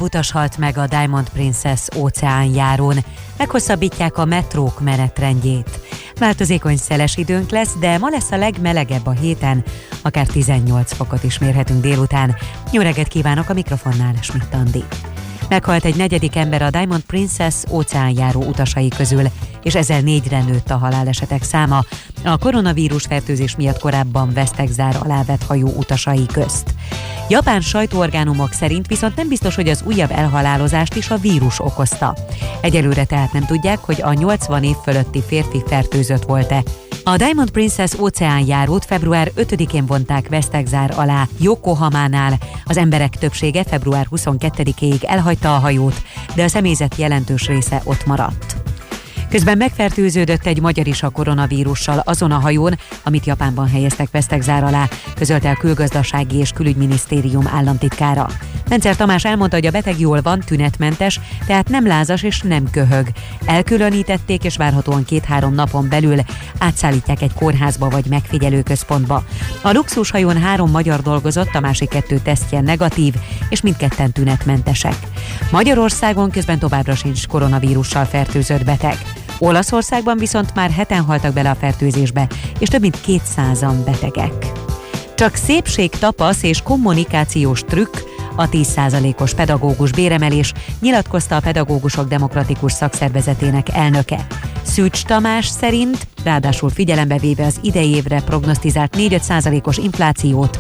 utas halt meg a Diamond Princess óceánjárón. Meghosszabbítják a metrók menetrendjét. Változékony szeles időnk lesz, de ma lesz a legmelegebb a héten, akár 18 fokot is mérhetünk délután. Jó reggelt kívánok, a mikrofonnál Schmidt Andi. Meghalt egy negyedik ember a Diamond Princess óceánjáró utasai közül, és ezzel 4-re nőtt a halálesetek száma a koronavírus fertőzés miatt korábban vesztegzár alá vett hajó utasai közt. Japán sajtóorgánumok szerint viszont nem biztos, hogy az újabb elhalálozást is a vírus okozta. Egyelőre tehát nem tudják, hogy a 80 év fölötti férfi fertőzött volt-e. A Diamond Princess óceánjárót február 5-én vonták vesztegzár alá Yokohamánál. Az emberek többsége február 22-ig elhagyta a hajót, de a személyzet jelentős része ott maradt. Közben megfertőződött egy magyar is a koronavírussal azon a hajón, amit Japánban helyeztek vesztegzár alá, közölte a Külgazdasági és Külügyminisztérium államtitkára. Mencer Tamás elmondta, hogy a beteg jól van, tünetmentes, tehát nem lázas és nem köhög. Elkülönítették, és várhatóan 2-3 napon belül átszállítják egy kórházba vagy megfigyelőközpontba. A luxushajón 3 magyar dolgozott, a másik 2 tesztje negatív, és mindketten tünetmentesek. Magyarországon közben továbbra sincs koronavírussal fertőzött beteg. Olaszországban viszont már 7-en haltak bele a fertőzésbe, és több mint 200-an betegek. Csak szépségtapasz és kommunikációs trükk a 10%-os pedagógus béremelés, nyilatkozta a Pedagógusok Demokratikus Szakszervezetének elnöke. Szűcs Tamás szerint, ráadásul figyelembe véve az idei évre prognosztizált 4-5%-os inflációt,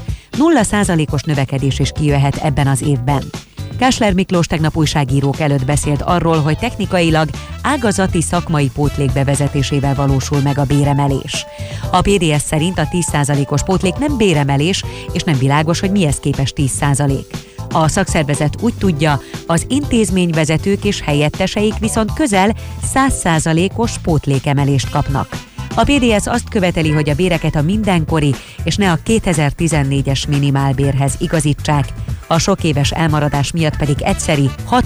0%-os növekedés is kijöhet ebben az évben. Kásler Miklós tegnap újságírók előtt beszélt arról, hogy technikailag ágazati szakmai pótlék bevezetésével valósul meg a béremelés. A PDS szerint a 10%-os pótlék nem béremelés, és nem világos, hogy mihez képest 10%. A szakszervezet úgy tudja, az intézményvezetők és helyetteseik viszont közel 100%-os pótlékemelést kapnak. A PDS azt követeli, hogy a béreket a mindenkori és ne a 2014-es minimálbérhez igazítsák, a sok éves elmaradás miatt pedig egyszeri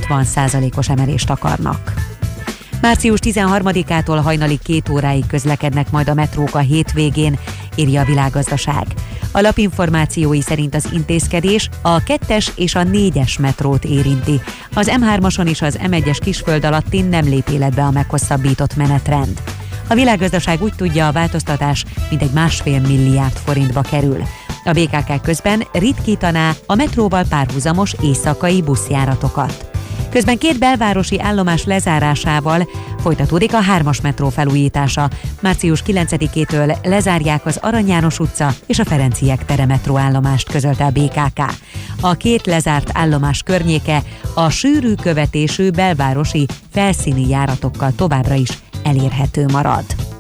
60%-os emelést akarnak. Március 13-ától hajnali 2 óráig közlekednek majd a metrók a hétvégén, írja a Világgazdaság. A lap információi szerint az intézkedés a 2-es és a 4-es metrót érinti. Az M3-ason és az M1-es Kisföld alattin nem lép életbe a meghosszabbított menetrend. A Világgazdaság úgy tudja, a változtatás mintegy 1,5 milliárd forintba kerül. A BKK közben ritkítaná a metróval párhuzamos éjszakai buszjáratokat. Közben 2 belvárosi állomás lezárásával folytatódik a 3-as metró felújítása. Március 9-től lezárják az Arany János utca és a Ferenciek tere metróállomást, közölte a BKK. A 2 lezárt állomás környéke a sűrű követésű belvárosi felszíni járatokkal továbbra is elérhető marad.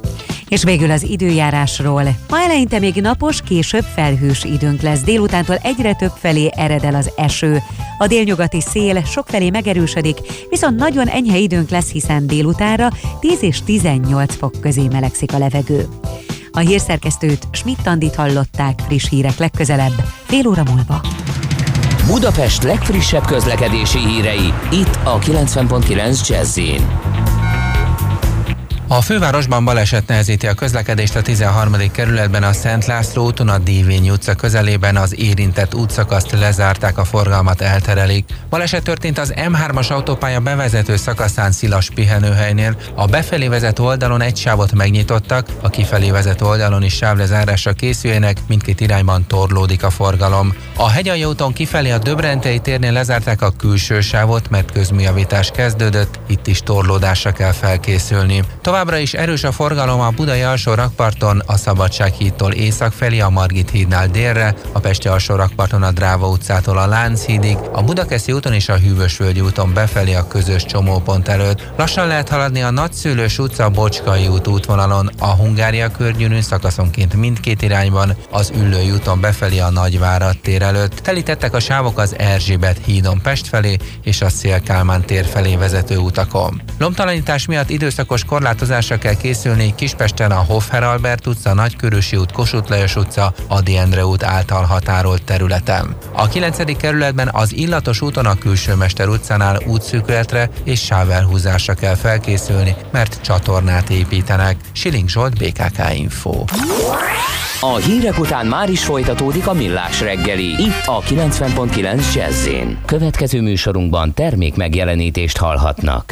És végül az időjárásról. Ma eleinte még napos, később felhős időnk lesz. Délutántól egyre több felé ered el az eső. A délnyugati szél sokfelé megerősödik, viszont nagyon enyhe időnk lesz, hiszen délutánra 10 és 18 fok közé melegszik a levegő. A hírszerkesztőt, Schmidt Andit hallották, friss hírek legközelebb, fél óra múlva. Budapest legfrissebb közlekedési hírei, itt a 90.9 Jazz-in. A fővárosban baleset nehezíti a közlekedést a 13. kerületben a Szent László úton, a Dévényi utca közelében az érintett útszakaszt lezárták, a forgalmat elterelik. Baleset történt az M3-as autópálya bevezető szakaszán Szilas pihenőhelynél. A befelé vezető oldalon egy sávot megnyitottak, a kifelé vezető oldalon is sávlezárásra készüljenek, mindkét irányban torlódik a forgalom. A Hegyalja úton kifelé a Döbrentei térnél lezárták a külső sávot, mert közműjavítás kezdődött, itt is torlódásra kell felkészülni. Továbbra is erős a forgalom a Budai alsó rakparton, a Szabadsághídtól észak felé, a Margit hídnál délre, a Pesti alsó rakparton a Dráva utcától a Lánchídig, a Budakeszi úton és a Hűvösvölgyi úton befelé a közös csomópont előtt. Lassan lehet haladni a Nagyszülős utca, a Bocskai út útvonalon, a Hungária körgyűrűn szakaszonként mindkét irányban, az Üllői úton befelé a Nagyvárad tér előtt. Telítettek a sávok az Erzsébet hídon Pest felé és a Széll Kálmán tér felé vezető utakon. Lomtalanítás miatt időszakos korlátozásra kell készülni Kispesten a Hoffer Albert utca, Nagykörösi út, Kossuth Lajos utca, Ady Endre út által határolt területen. A 9. kerületben az Illatos úton, a Külsőmester utcánál útszűkületre és sávelhúzásra kell felkészülni, mert csatornát építenek. Siling Zsolt, BKK Info. A hírek után már is folytatódik a Millás reggeli, itt a 90.9 Jazz-in. Következő műsorunkban termék megjelenítést hallhatnak.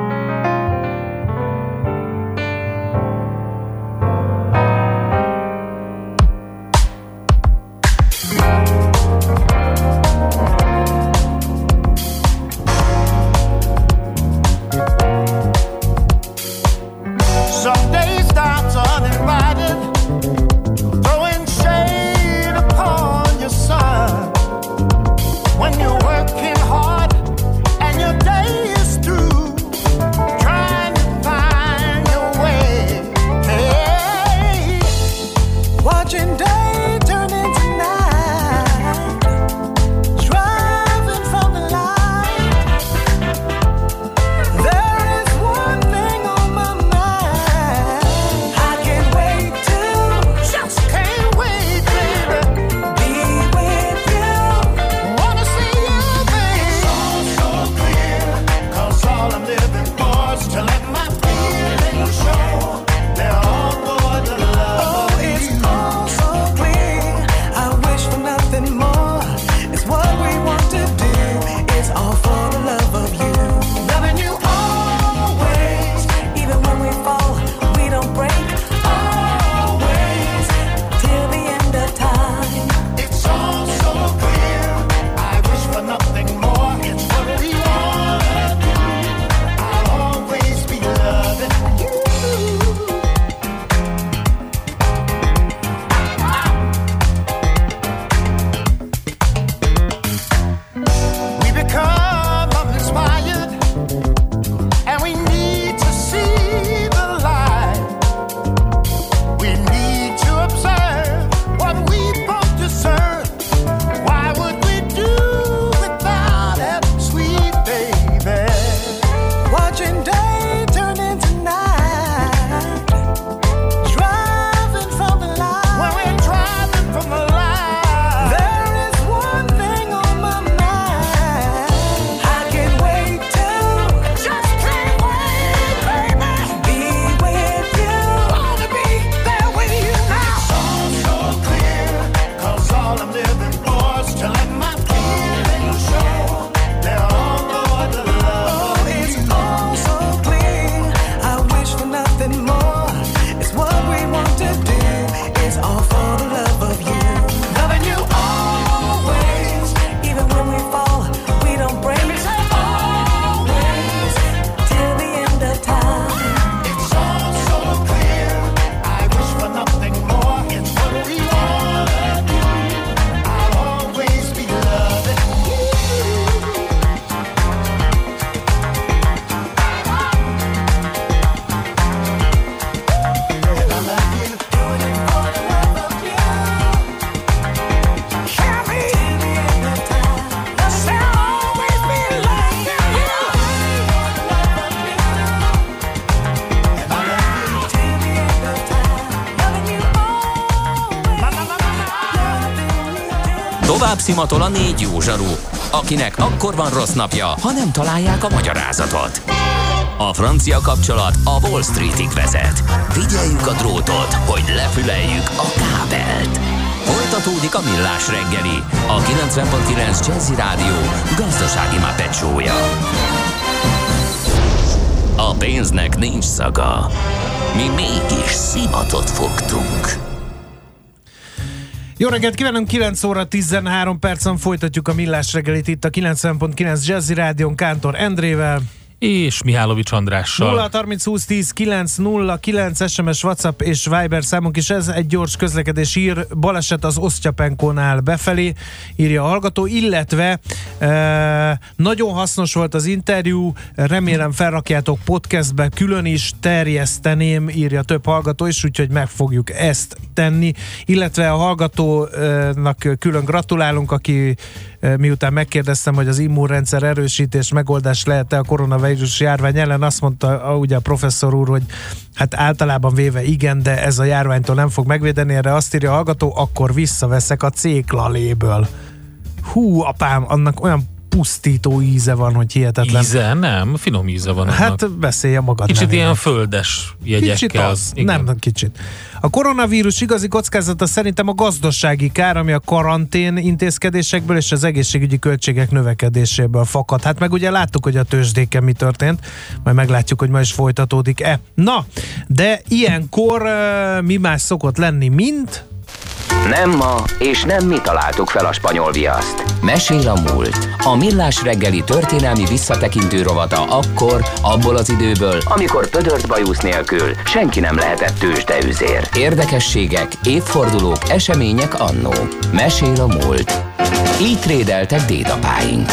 Tovább szimatol a 4 jó zsaru, akinek akkor van rossz napja, ha nem találják a magyarázatot. A francia kapcsolat a Wall Streetig vezet. Figyeljük a drótot, hogy lefüleljük a kábelt. Folytatódik a Millás reggeli, a 90.9 Jazzy Rádió gazdasági mápecsója. A pénznek nincs szaga, mi mégis szimatot fogtunk. Jó reggelt kívánunk, 9 óra 13 percen folytatjuk a Millás reggelit itt a 90.9 Jazzy Rádión Kántor Endrével és Mihálovics Andrással. 0 30 20 10 909 SMS, WhatsApp és Viber számunk is ez. Egy gyors közlekedés ír, baleset az Osztyapenkónál befelé, írja a hallgató, illetve nagyon hasznos volt az interjú, remélem felrakjátok podcastbe, külön is terjeszteném, írja több hallgató is, úgyhogy meg fogjuk ezt tenni, illetve a hallgatónak külön gratulálunk, aki miután megkérdeztem, hogy az immunrendszer erősítés megoldás lehet-e a koronavírus járvány ellen, azt mondta ugye a professzor úr, hogy hát általában véve igen, de ez a járványtól nem fog megvédeni. Erre azt írja a hallgató, akkor visszaveszek a céklaléből. Hú, apám, annak olyan pusztító íze van, hogy hihetetlen. Íze? Nem, finom íze van annak. Hát beszélj a magad kicsit nevének. ilyen földes jegyekkel. Kicsit az, nem kicsit. A koronavírus igazi kockázata szerintem a gazdasági kár, ami a karantén intézkedésekből és az egészségügyi költségek növekedéséből fakad. Hát meg ugye láttuk, hogy a tőzsdéken mi történt, majd meglátjuk, hogy ma is folytatódik-e. Na, de ilyenkor mi más szokott lenni, mint... Nem ma, és nem mi találtuk fel a spanyol viaszt. Mesél a múlt. A Millás reggeli történelmi visszatekintő rovata akkor, abból az időből, amikor pödört bajusz nélkül senki nem lehetett tőzsdeüzér. Érdekességek, évfordulók, események annó. Mesél a múlt. Így trédeltek dédapáink.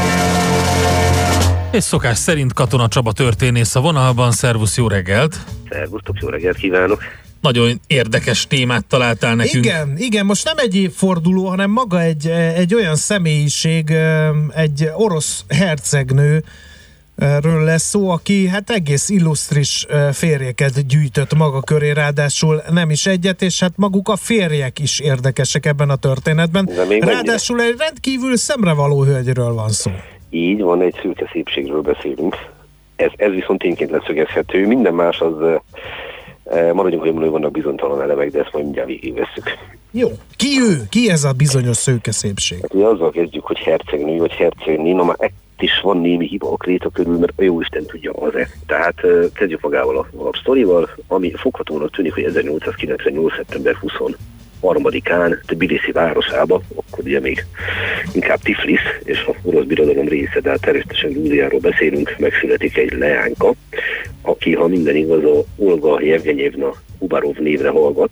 És szokás szerint Katona Csaba történész a vonalban. Szervusz, jó reggelt! Szervusztok, jó reggelt kívánok! Nagyon érdekes témát találtál nekünk. Igen, most nem egy évforduló, hanem maga egy olyan személyiség, egy orosz hercegnőről lesz szó, aki hát egész illusztris férjeket gyűjtött maga köré, ráadásul nem is egyet, és hát maguk a férjek is érdekesek ebben a történetben. Ráadásul egy rendkívül szemrevaló hölgyről van szó. Így van, egy szürke szépségről beszélünk. Ez viszont tényként leszögezhető. Minden más az... maradjunk, hogy vannak bizonytalan elemek, de ezt majd mindjárt végigvesszük. Jó. Ki ő? Ki ez a bizonyos szőke szépség? Hát, azzal kezdjük, hogy hercegnő vagy hercegné. Na már is van némi hiba a kréta körül, mert a jóisten tudja az-e. Tehát kezdjük magával a sztorival, ami foghatónak tűnik, hogy 1898. szeptember 23-án Tbilisi városába, akkor ugye még inkább Tiflis, és a orosz birodalom része, de hát természetesen Grúziáról beszélünk, megszületik egy leányka, aki, ha minden igaz, a Olga Jevgenyevna Ubarov névre hallgat,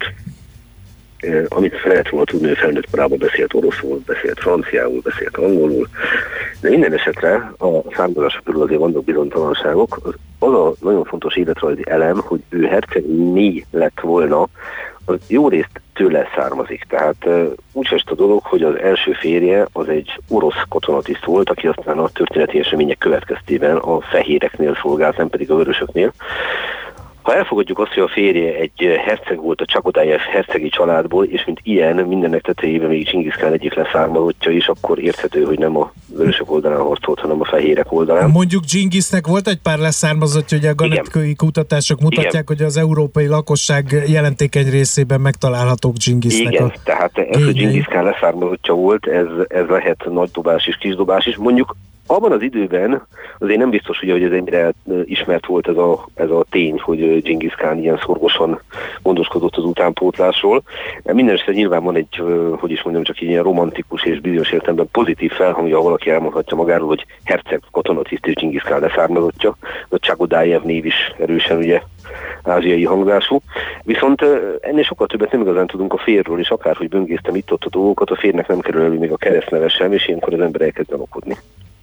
amit fel lehet volna tudni, hogy felnőtt korában beszélt oroszul, beszélt franciául, beszélt angolul, de minden esetre a származása körül azért vannak bizonytalanságok. Az a nagyon fontos életrajzi elem, hogy ő hercegné lett volna, az jó részt tőle származik. Tehát úgy esett a dolog, hogy az első férje az egy orosz katonatiszt volt, aki aztán a történeti események következtében a fehéreknél szolgált, nem pedig a vörösöknél. Ha elfogadjuk azt, hogy a férje egy herceg volt a Csagodájev hercegi családból, és mint ilyen mindennek tetejében még Dzsingisz Kán egyik leszármazottja is, akkor érthető, hogy nem a vörösök oldalán harcolt, hanem a fehérek oldalán. Mondjuk Dzsingisznek volt egy pár leszármazottja, hogy a genetikai kutatások mutatják, igen, hogy az európai lakosság jelentékeny részében megtalálhatók Dzsingisznek. Igen, tehát ez, hogy Dzsingisz Kán leszármazottja volt, ez lehet nagy dobás és kis dobás is. Mondjuk abban az időben azért nem biztos, hogy ez ennyire ismert volt ez a tény, hogy Dzsingisz Kán ilyen szorgosan gondoskodott az utánpótlásról. Mindenesetre nyilván van egy, hogy is mondjam, csak ilyen romantikus és bizonyos értelemben pozitív felhangja, ha valaki elmondhatja magáról, hogy herceg katonatiszt és Dzsingisz Kán leszármazottja. A Csagodájev név is erősen ugye ázsiai hangzású. Viszont ennél sokkal többet nem igazán tudunk a férről, és akárhogy böngésztem itt-ott a dolgokat, a férnek nem kerül elő még a keresztneve sem, és ilyenkor az ember elkezd gyanakodni.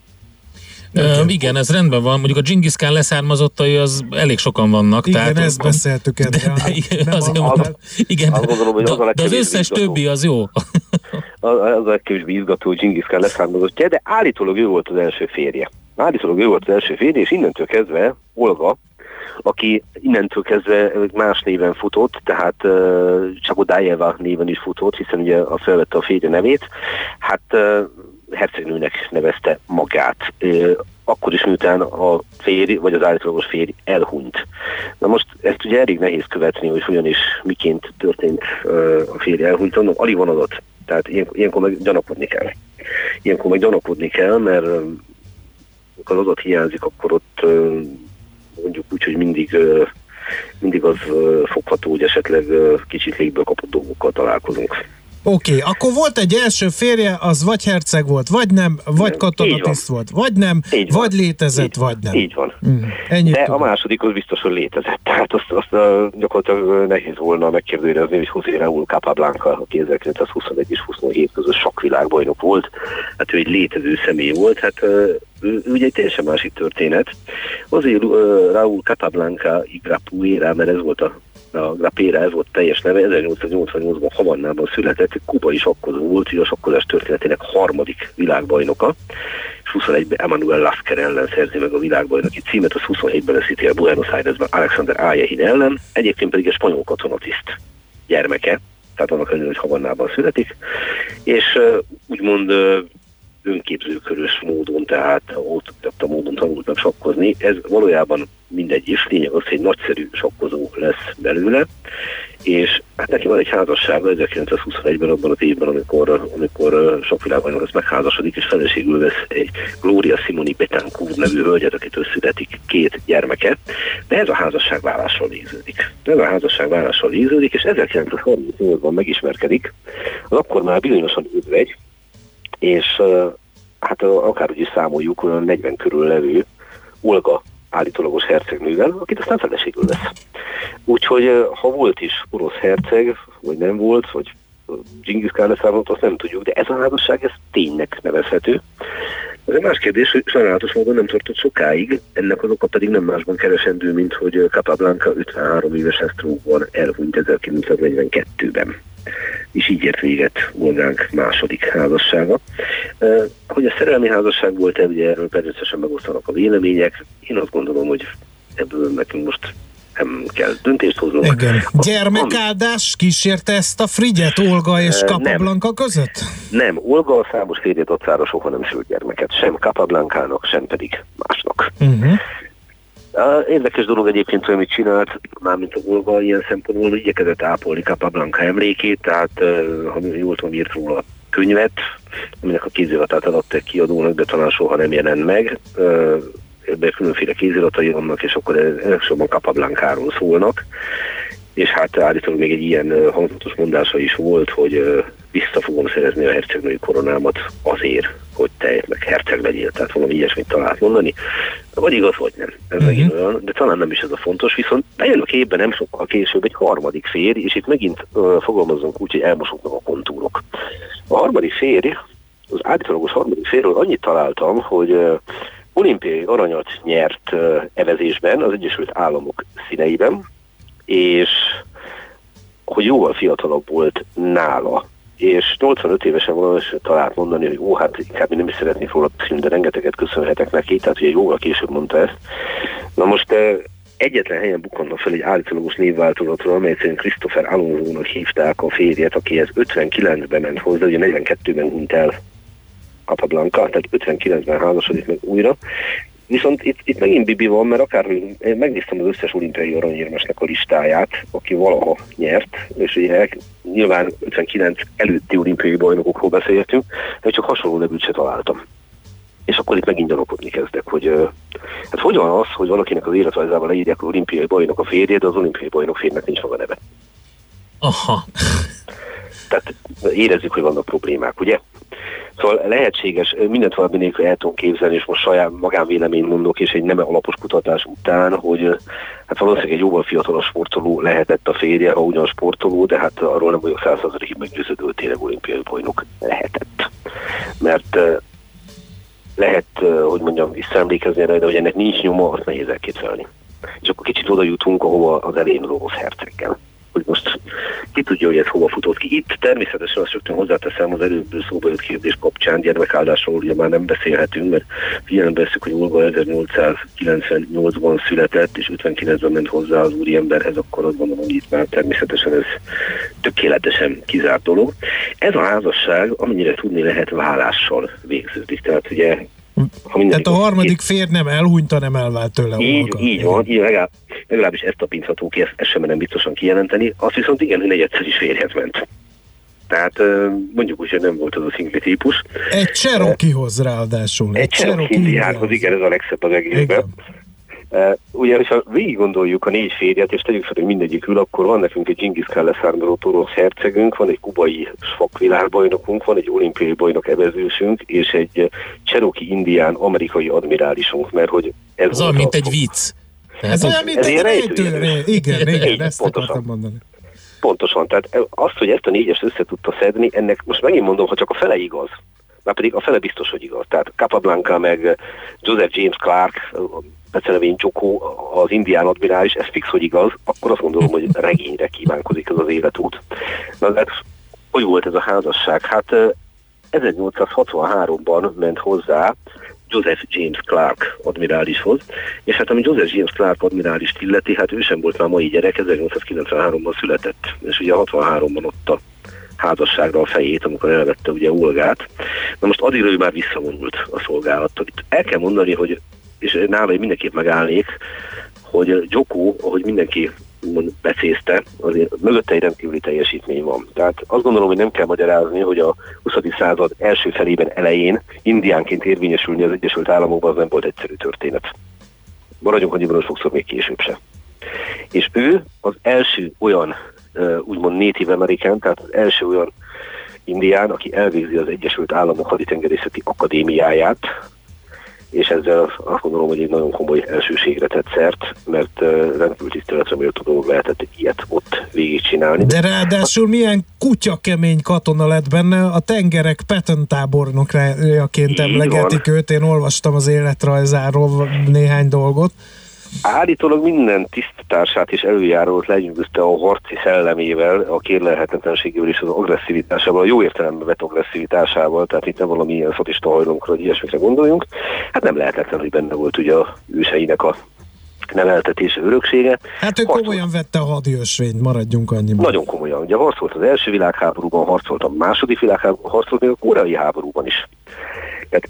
Igen, ez rendben van. Mondjuk a Dzsingisz Kán leszármazottai az elég sokan vannak. Igen, tehát ezt beszéltük el. De az összes többi az jó. Az a kevésbé izgató, hogy Dzsingisz Kán leszármazottja, de állítólag ő volt az első férje. És innentől kezdve Olga, aki innentől kezdve más néven futott, tehát Csagodájeva néven is futott, hiszen ugye felvette a férje nevét, hát hercegnőnek nevezte magát. Akkor is, miután a férj, vagy az állítólagos férj elhunyt. Na most ezt ugye elég nehéz követni, hogy hogyan és miként történt a férj elhunyt. Alig van adat. Tehát ilyenkor meg gyanakodni kell. Mert amikor az adat hiányzik, akkor ott mondjuk úgy, hogy mindig az fogható, hogy esetleg kicsit légből kapott dolgokkal találkozunk. Oké, akkor volt egy első férje, az vagy herceg volt, vagy nem, vagy katonatiszt volt, vagy nem, vagy létezett, vagy nem. Így van. Ennyit de tudom. A második az biztos, hogy létezett. Tehát azt gyakorlatilag nehéz volna megkérdőjelezni, hogy José Raúl Capablanca, aki 1921 és 27 között sakkvilágbajnok volt, hát ő egy létező személy volt, hát ő ugye egy teljesen másik történet. Azért Raúl Capablanca y Grapuera, mert ez volt a Grapera, ez volt teljes neve, 1888-ban Havannában született, kubai sakkozó volt, hogy a sakkozás történetének harmadik világbajnoka, és 21-ben Emanuel Lasker ellen szerzi meg a világbajnoki címet, az 27-ben leszíti el Buenos Airesben Alexander Áljehin ellen, egyébként pedig egy spanyol katonatiszt gyermeke, tehát annak ellenére, hogy Havannában születik, és úgymond önképzőkörös módon, tehát autodidakta módon tanult meg sakkozni. Ez valójában mindegy is, lényeg az, hogy egy nagyszerű sakkozó lesz belőle, és hát neki van egy házassága 1921-ben, abban az évben, amikor sakkvilágbajnok lesz, megházasodik, és feleségül vesz egy Gloria Simoni Betancourt nevű hölgyet, akitől születik 2 gyermeke, de ez a házasság válással végződik. És 1938-ban megismerkedik, az akkor már bizonyosan özvegy, és hát akárhogy is számoljuk, olyan 40 körül levő Olga állítólagos hercegnővel, akit aztán feleségül lesz. Úgyhogy ha volt is orosz herceg, vagy nem volt, vagy Dzsingisz Kán leszármazott, azt nem tudjuk, de ez a házasság, ez ténynek nevezhető. Ez egy más kérdés, hogy sajnálatos módon nem tartott sokáig, ennek az oka pedig nem másban keresendő, mint hogy Capablanca 53 évesen stroke-ban elhunyt 1942-ben. És így ért véget Olgánk második házassága. Hogy a szerelmi házasság volt-e, ugye erről természetesen megosztanak a vélemények. Én azt gondolom, hogy ebből nekünk most nem kell döntést hoznunk. Igen. Gyermekáldás kísérte ezt a Frigyet Olga és Capablanca között? Nem, Olga a számos férje dacára soha nem szült gyermeket, sem Capablancának, sem pedig másnak. Érdekes dolog egyébként, hogy mit csinált, mármint az Olga ilyen szempontból igyekezett ápolni Capablanca emlékét, tehát ha jól tudom, írt róla könyvet, aminek a kéziratát adták kiadónak, de talán soha nem jelent meg. Ebben különféle kéziratai vannak, és akkor elsősorban Capablancáról szólnak, és hát állítólag még egy ilyen hangzatos mondása is volt, hogy vissza fogom szerezni a hercegnői koronámat azért, hogy te meg herceg legyél, tehát valami ilyesmit talált mondani. Vagy igaz, vagy nem. Ez megint olyan, de talán nem is ez a fontos, viszont bejön a képben nem sokkal később egy harmadik férj, és itt megint fogalmazunk úgy, hogy elmosódnak a kontúrok. A harmadik férj, az állítólagos harmadik férjről annyit találtam, hogy olimpiai aranyat nyert evezésben az Egyesült Államok színeiben, és hogy jóval fiatalabb volt nála. És 85 évesen valami talált mondani, hogy hát inkább én nem is szeretnék róla beszélni, de rengeteget köszönhetek neki, tehát ugye jóval később mondta ezt. Na most egyetlen helyen bukkannak fel egy állítólagos névváltozatról, amely szerint Christopher Alonso-nak hívták a férjet, akihez 59-ben ment hozzá, ugye 42-ben hunyt el Capablanca, tehát 59-ben házasodik meg újra. Viszont itt megint bibi van, mert akár megnéztem az összes olimpiai aranyérmesnek a listáját, aki valaha nyert, és ugye nyilván 59 előtti olimpiai bajnokokról beszélhetünk, de csak hasonló nevűt se találtam. És akkor itt megint gyanakodni kezdek, hogy hát hogy van az, hogy valakinek az életrajzával leírják, hogy olimpiai bajnok a férje, de az olimpiai bajnok férjnek nincs maga neve. Aha. Tehát érezzük, hogy vannak problémák, ugye? Szóval lehetséges, mindent valami nélkül el tudom képzelni, és most saját magánvéleményt mondok, és egy nem alapos kutatás után, hogy hát valószínűleg egy jóval fiatalos sportoló lehetett a férje, ha ugyan sportoló, de hát arról nem vagyok 100%-ig meggyőződő, hogy tényleg olimpiai bajnok lehetett. Mert lehet, hogy mondjam, visszaemlékezni erre, de hogy ennek nincs nyoma, azt nehéz elképzelni. És akkor kicsit oda jutunk, ahova az elején az orosz herceggel. Hogy most ki tudja, hogy ez hova futott ki. Itt természetesen azt rögtön hozzáteszem az előbb szóba jött kérdés kapcsán, gyermekáldásról ugye már nem beszélhetünk, mert figyelembe veszük, hogy Olga 1898-ban született, és 59-ben ment hozzá az úriemberhez, akkor azt gondolom, hogy itt már természetesen ez tökéletesen kizárt dolog. Ez a házasság, amennyire tudni lehet, válással végződik. Tehát ugye tehát a harmadik férj nem elhunyt, hanem elvált tőle. Így van, legalábbis ezt tapintható ki, ezt sem nem biztosan kijelenteni. Azt viszont igen, hogy negyedszer is férjhez ment. Tehát mondjuk úgy, hogy nem volt az a szingli típus. Egy Cherokee-hoz ráadásul. Egy Cherokee indiánhoz, igen, ez a legszebb az egészben. Ugye, hogyha végig gondoljuk a 4 férjet, és tegyük fel, hogy mindegyikül, akkor van nekünk egy Dzsingisz Kán leszármazott orosz hercegünk, van egy kubai sakvilágbajnokunk, van egy olimpiai bajnok evezősünk, és egy Cherokee indián amerikai admirálisunk, mert hogy ez az olyan, mint egy vicc. Ez olyan, mint egy rejtőerő. Igen, ezt akartam mondani. Pontosan, tehát azt, hogy ezt a 4-est össze tudta szedni, ennek most megint mondom, ha csak a fele igaz, már pedig a fele biztos, hogy igaz. Tehát Capablanca meg Joseph James Clark, becenevén Joko, az indián admirális, ez fix, hogy igaz, akkor azt gondolom, hogy regényre kívánkozik ez az életút. Na, de hogy volt ez a házasság? Hát 1863-ban ment hozzá Joseph James Clark admirálishoz, és hát ami Joseph James Clark admirálist illeti, hát ő sem volt már mai gyerek, 1893-ban született, és ugye 63-ban ott a házasságra a fejét, amikor elvette ugye Olgát. Na most addigra ő már visszavonult a szolgálattól. Itt el kell mondani, hogy, és nála mindenképp megállnék, hogy Joko, ahogy mindenki becézte, azért mögötte egy rendkívüli teljesítmény van. Tehát azt gondolom, hogy nem kell magyarázni, hogy a 20. század első felében elején indiánként érvényesülni az Egyesült Államokban az nem volt egyszerű történet. Maradjunk annyiban, hogy sokszor még később se. És ő az első olyan, úgymond Native American, tehát az első olyan indián, aki elvégzi az Egyesült Államok haditengerészeti akadémiáját, és ezzel azt gondolom, hogy egy nagyon komoly elsőségre tett szert, mert rendkívül tiszteletre méltó dolog lehetett ilyet ott végigcsinálni. De ráadásul milyen kutyakemény katona lett benne, a tengerek Patton tábornokjaként emlegetik őt, én olvastam az életrajzáról néhány dolgot. Állítólag minden tiszttársát is előjárót lenyűgözte a harci szellemével, a kérlelhetetlenségével és az agresszivitásával, a jó értelemben vett agresszivitásával, tehát itt nem valamilyen szatista hajlónkra, hogy ilyesmikre gondoljunk. Hát nem lehetetlen, hogy benne volt ugye a őseinek a neveltetése, öröksége. Hát ő komolyan vette a hadiösvényt, maradjunk annyiban. Nagyon komolyan. Ugye harcolt az első világháborúban, harcolt a második világháborúban, harcolt még a koreai háborúban is. Tehát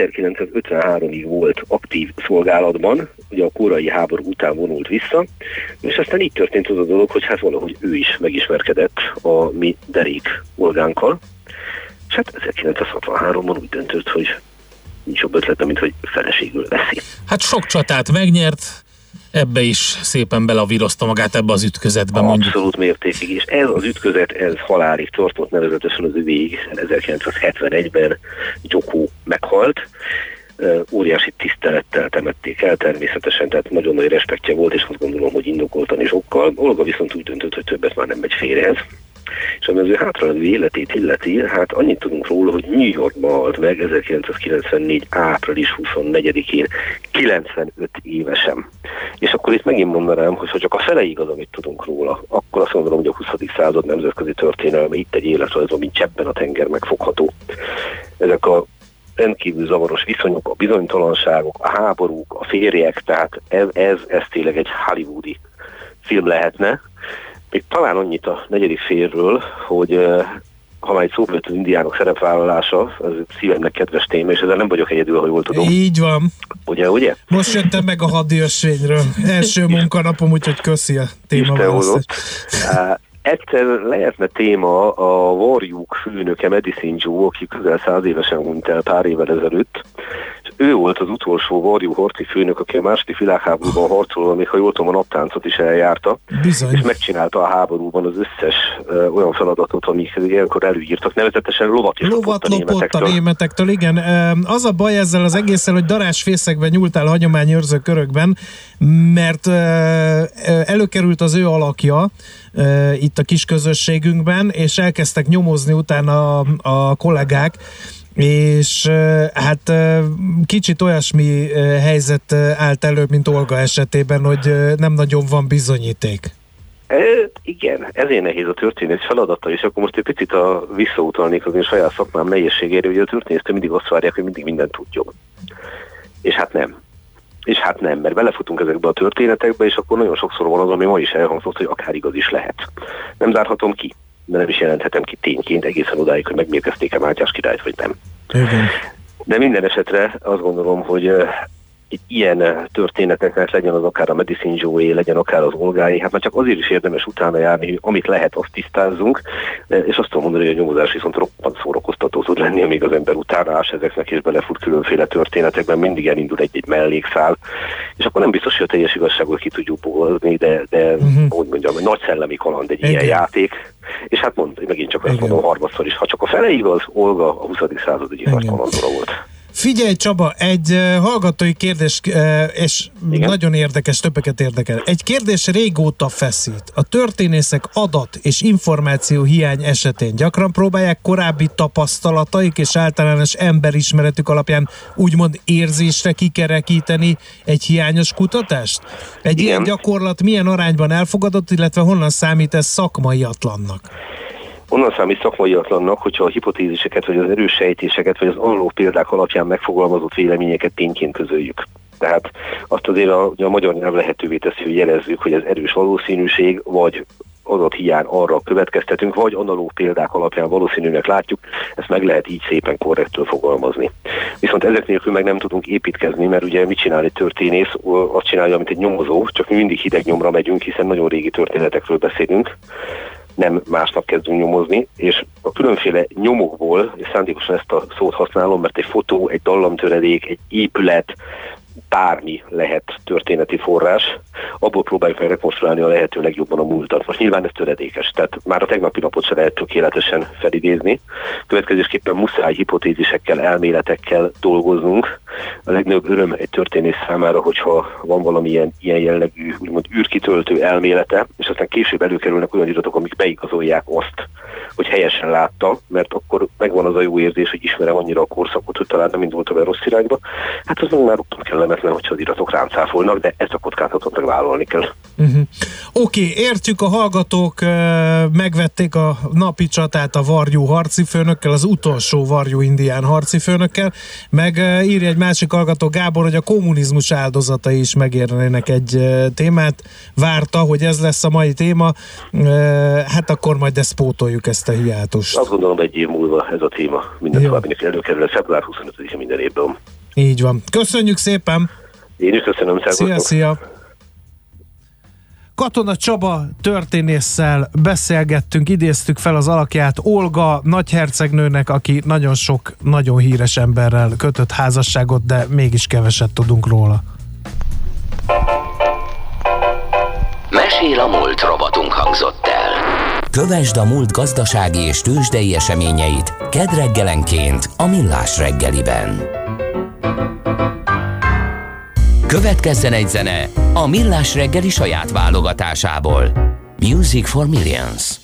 1953-ig volt aktív szolgálatban, ugye a koreai háború után vonult vissza, és aztán így történt az a dolog, hogy hát valahogy ő is megismerkedett a mi derék Olgánkkal, és hát 1963-ban úgy döntött, hogy nincs jobb ötlete, mint hogy feleségül veszi. Hát sok csatát megnyert, ebbe is szépen belavírozta magát ebbe az ütközetbe, mondjuk. Abszolút mértékig, és ez az ütközet, ez halálig tartott, nevezetesen az övéig, 1971-ben Joko meghalt, óriási tisztelettel temették el természetesen, tehát nagyon nagy respektje volt, és azt gondolom, hogy indokoltan is okkal. Olga viszont úgy döntött, hogy többet már nem megy félrehez. És ami az ő hátralévő életét illeti, hát annyit tudunk róla, hogy New Yorkban halt meg 1994. április 24-én 95 évesen. És akkor itt megint mondanám, hogy ha csak a fele igaz, amit tudunk róla, akkor azt gondolom, hogy a 20. század nemzetközi történelme itt egy életrajzban, mint cseppen a tenger megfogható. Ezek a rendkívül zavaros viszonyok, a bizonytalanságok, a háborúk, a férjek, tehát ez tényleg egy hollywoodi film lehetne. Még talán annyit a negyedik félről, hogy ha már egy szó volt az indiánok szerepvállalása, az szívemnek kedves téma, és ezzel nem vagyok egyedül, ha jól tudom. Így van. Ugye? Most jöttem meg a hadiösvényről. Első munkanapom, úgyhogy köszi a témaválasztást. Egyszer lehetne téma a varjuk főnöke Medicine Joe, aki közel 100 évesen hunyt el pár évvel ezelőtt, és ő volt az utolsó varjú harci főnök, aki a második világháborúban harcolva, még ha jól tudom, a naptáncot is eljárta. Bizony. És megcsinálta a háborúban az összes olyan feladatot, amik ilyenkor előírtak, nevezetesen lovat lopott a németektől. Igen. Az a baj ezzel az egészen, hogy darásfészekben nyúltál hagyományőrző körökben, mert előkerült az ő alakja itt a kis közösségünkben, és elkezdtek nyomozni utána a kollégák, és hát kicsit olyasmi helyzet állt elő, mint Olga esetében, hogy nem nagyon van bizonyíték. Igen, ezért nehéz a történet feladata, és akkor most egy picit visszautalnék az én saját szakmám nehézségére, hogy a történésztől mindig azt várják, hogy mindig mindent tudjon. És hát nem, mert belefutunk ezekbe a történetekbe, és akkor nagyon sokszor van az, ami ma is elhangzott, hogy akár igaz is lehet. Nem zárhatom ki, de nem is jelenthetem ki tényként egészen odáig, hogy megmérkezték-e Mátyás királyt, vagy nem. Igen. De minden esetre azt gondolom, hogy ilyen történeteknek legyen az akár a Medicine Joe-é, legyen akár az Olgáé, hát már csak azért is érdemes utána járni, hogy amit lehet, azt tisztázzunk, és azt tudom mondani, hogy a nyomozás viszont roppant szórakoztató tud lenni, amíg az ember utána ás ezeknek, és belefut különféle történetekben, mindig elindul egy mellékszál, és akkor nem biztos, hogy a teljes igazságot ki tudjuk bogozni, de hogy mondjam, nagy szellemi kaland egy ilyen játék, és hát megint csak azt mondom harmadszor is, ha csak a fele igaz, Olga a 20. század egyik nagy kalandora volt. Figyelj Csaba, egy hallgatói kérdés, és igen? Nagyon érdekes, többeket érdekel. Egy kérdés régóta feszít. A történészek adat és információ hiány esetén gyakran próbálják korábbi tapasztalataik és általános emberismeretük alapján úgymond érzésre kikerekíteni egy hiányos kutatást? Egy ilyen gyakorlat milyen arányban elfogadott, illetve honnan számít ez szakmaiatlannak? Onnan számít szakmaiatlannak, hogyha a hipotéziseket, vagy az erős sejtéseket, vagy az analóg példák alapján megfogalmazott véleményeket tényként közöljük. Tehát azt azért a magyar nyelv lehetővé teszi, hogy jelezzük, hogy ez erős valószínűség, vagy adathiány arra következtetünk, vagy analóg példák alapján valószínűnek látjuk, ezt meg lehet így szépen korrektül fogalmazni. Viszont ezek nélkül meg nem tudunk építkezni, mert ugye mit csinál egy történész? Azt csinálja, mint egy nyomozó, csak mi mindig hideg nyomra megyünk, hiszen nagyon régi történetekről beszélünk, nem másnap kezdünk nyomozni, és a különféle nyomokból, és szándékosan ezt a szót használom, mert egy fotó, egy dallamtöredék, egy épület, bármi lehet történeti forrás, abból próbáljuk meg rekonstruálni a lehető legjobban a múltat. Most nyilván ez töredékes, tehát már a tegnapi napot se lehet tökéletesen felidézni. Következésképpen muszáj hipotézisekkel, elméletekkel dolgoznunk. A legnagyobb öröm egy történész számára, hogyha van valamilyen ilyen jellegű, úgymond űrkitöltő elmélete, és aztán később előkerülnek olyan iratok, amik beigazolják azt, hogy helyesen látta, mert akkor megvan az a jó érzés, hogy ismerem annyira a korszakot, hogy talán nem indultam el rossz irányba. Hát az meg már rúgtam kellemetlen, hogyha az iratok rám cáfolnak, de ezt a kockázatot meg vállalni kell. Oké, értjük, a hallgatók megvették a napi csatát a varjú harcifőnökkel, az utolsó varjú indián harcifőnökkel, meg írja egy másik hallgató, Gábor, hogy a kommunizmus áldozatai is megérnének egy témát. Várta, hogy ez lesz a mai téma, hát akkor majd ezt pótoljuk, ezt a hiátust. Azt gondolom, egy év múlva ez a téma minden továbbinek előkerül, február 25-e minden évben. Így van. Köszönjük szépen! Én is köszönöm, szervusztok! Szia! Katona Csaba történésszel beszélgettünk, idéztük fel az alakját, Olga nagyhercegnőnek, aki nagyon sok, nagyon híres emberrel kötött házasságot, de mégis keveset tudunk róla. Mesél a múlt robotunk hangzott el. Kövesd a múlt gazdasági és tőzsdei eseményeit kedd reggelenként a Millás reggeliben. Következzen egy zene a Millás reggeli saját válogatásából. Music for Millions.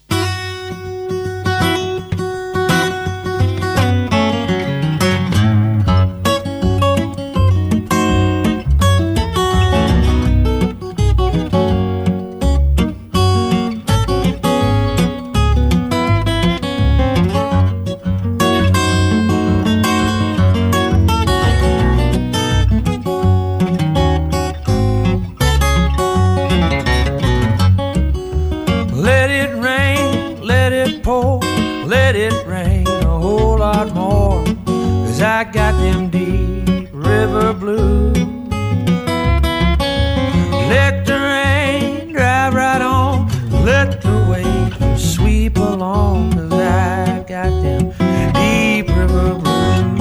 I got them deep river blues. Let the rain drive right on, let the waves sweep along, 'cause I got them deep river blues.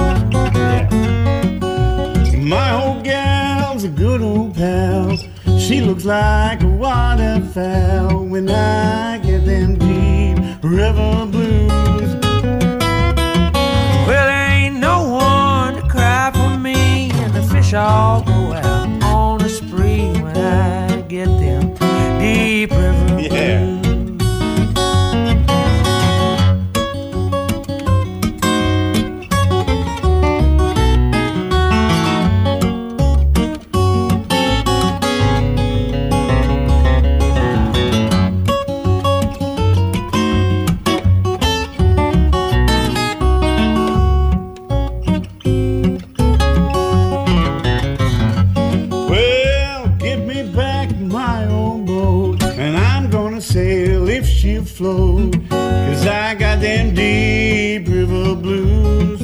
My old gal's a good old pal. She looks like a waterfowl when I get them deep river blues. Well, ain't no one to cry for me, and the fish all go out on a spree when I get them deep river blues. Float, 'cause I got them deep river blues.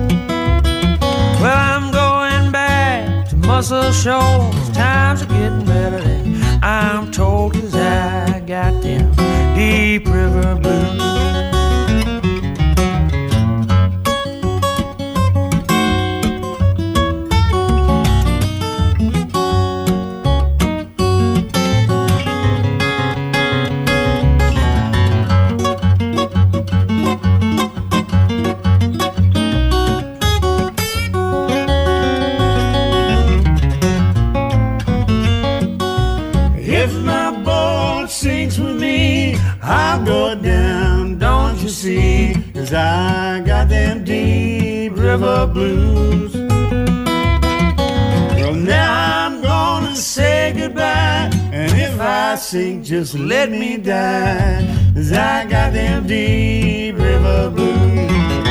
Well, I'm going back to Muscle Shoals. Times are getting better than I'm told, 'cause I got them deep river blues. I got them deep river blues. Well, now I'm gonna say goodbye, and if I sink, just let me die, 'cause I got them deep river blues.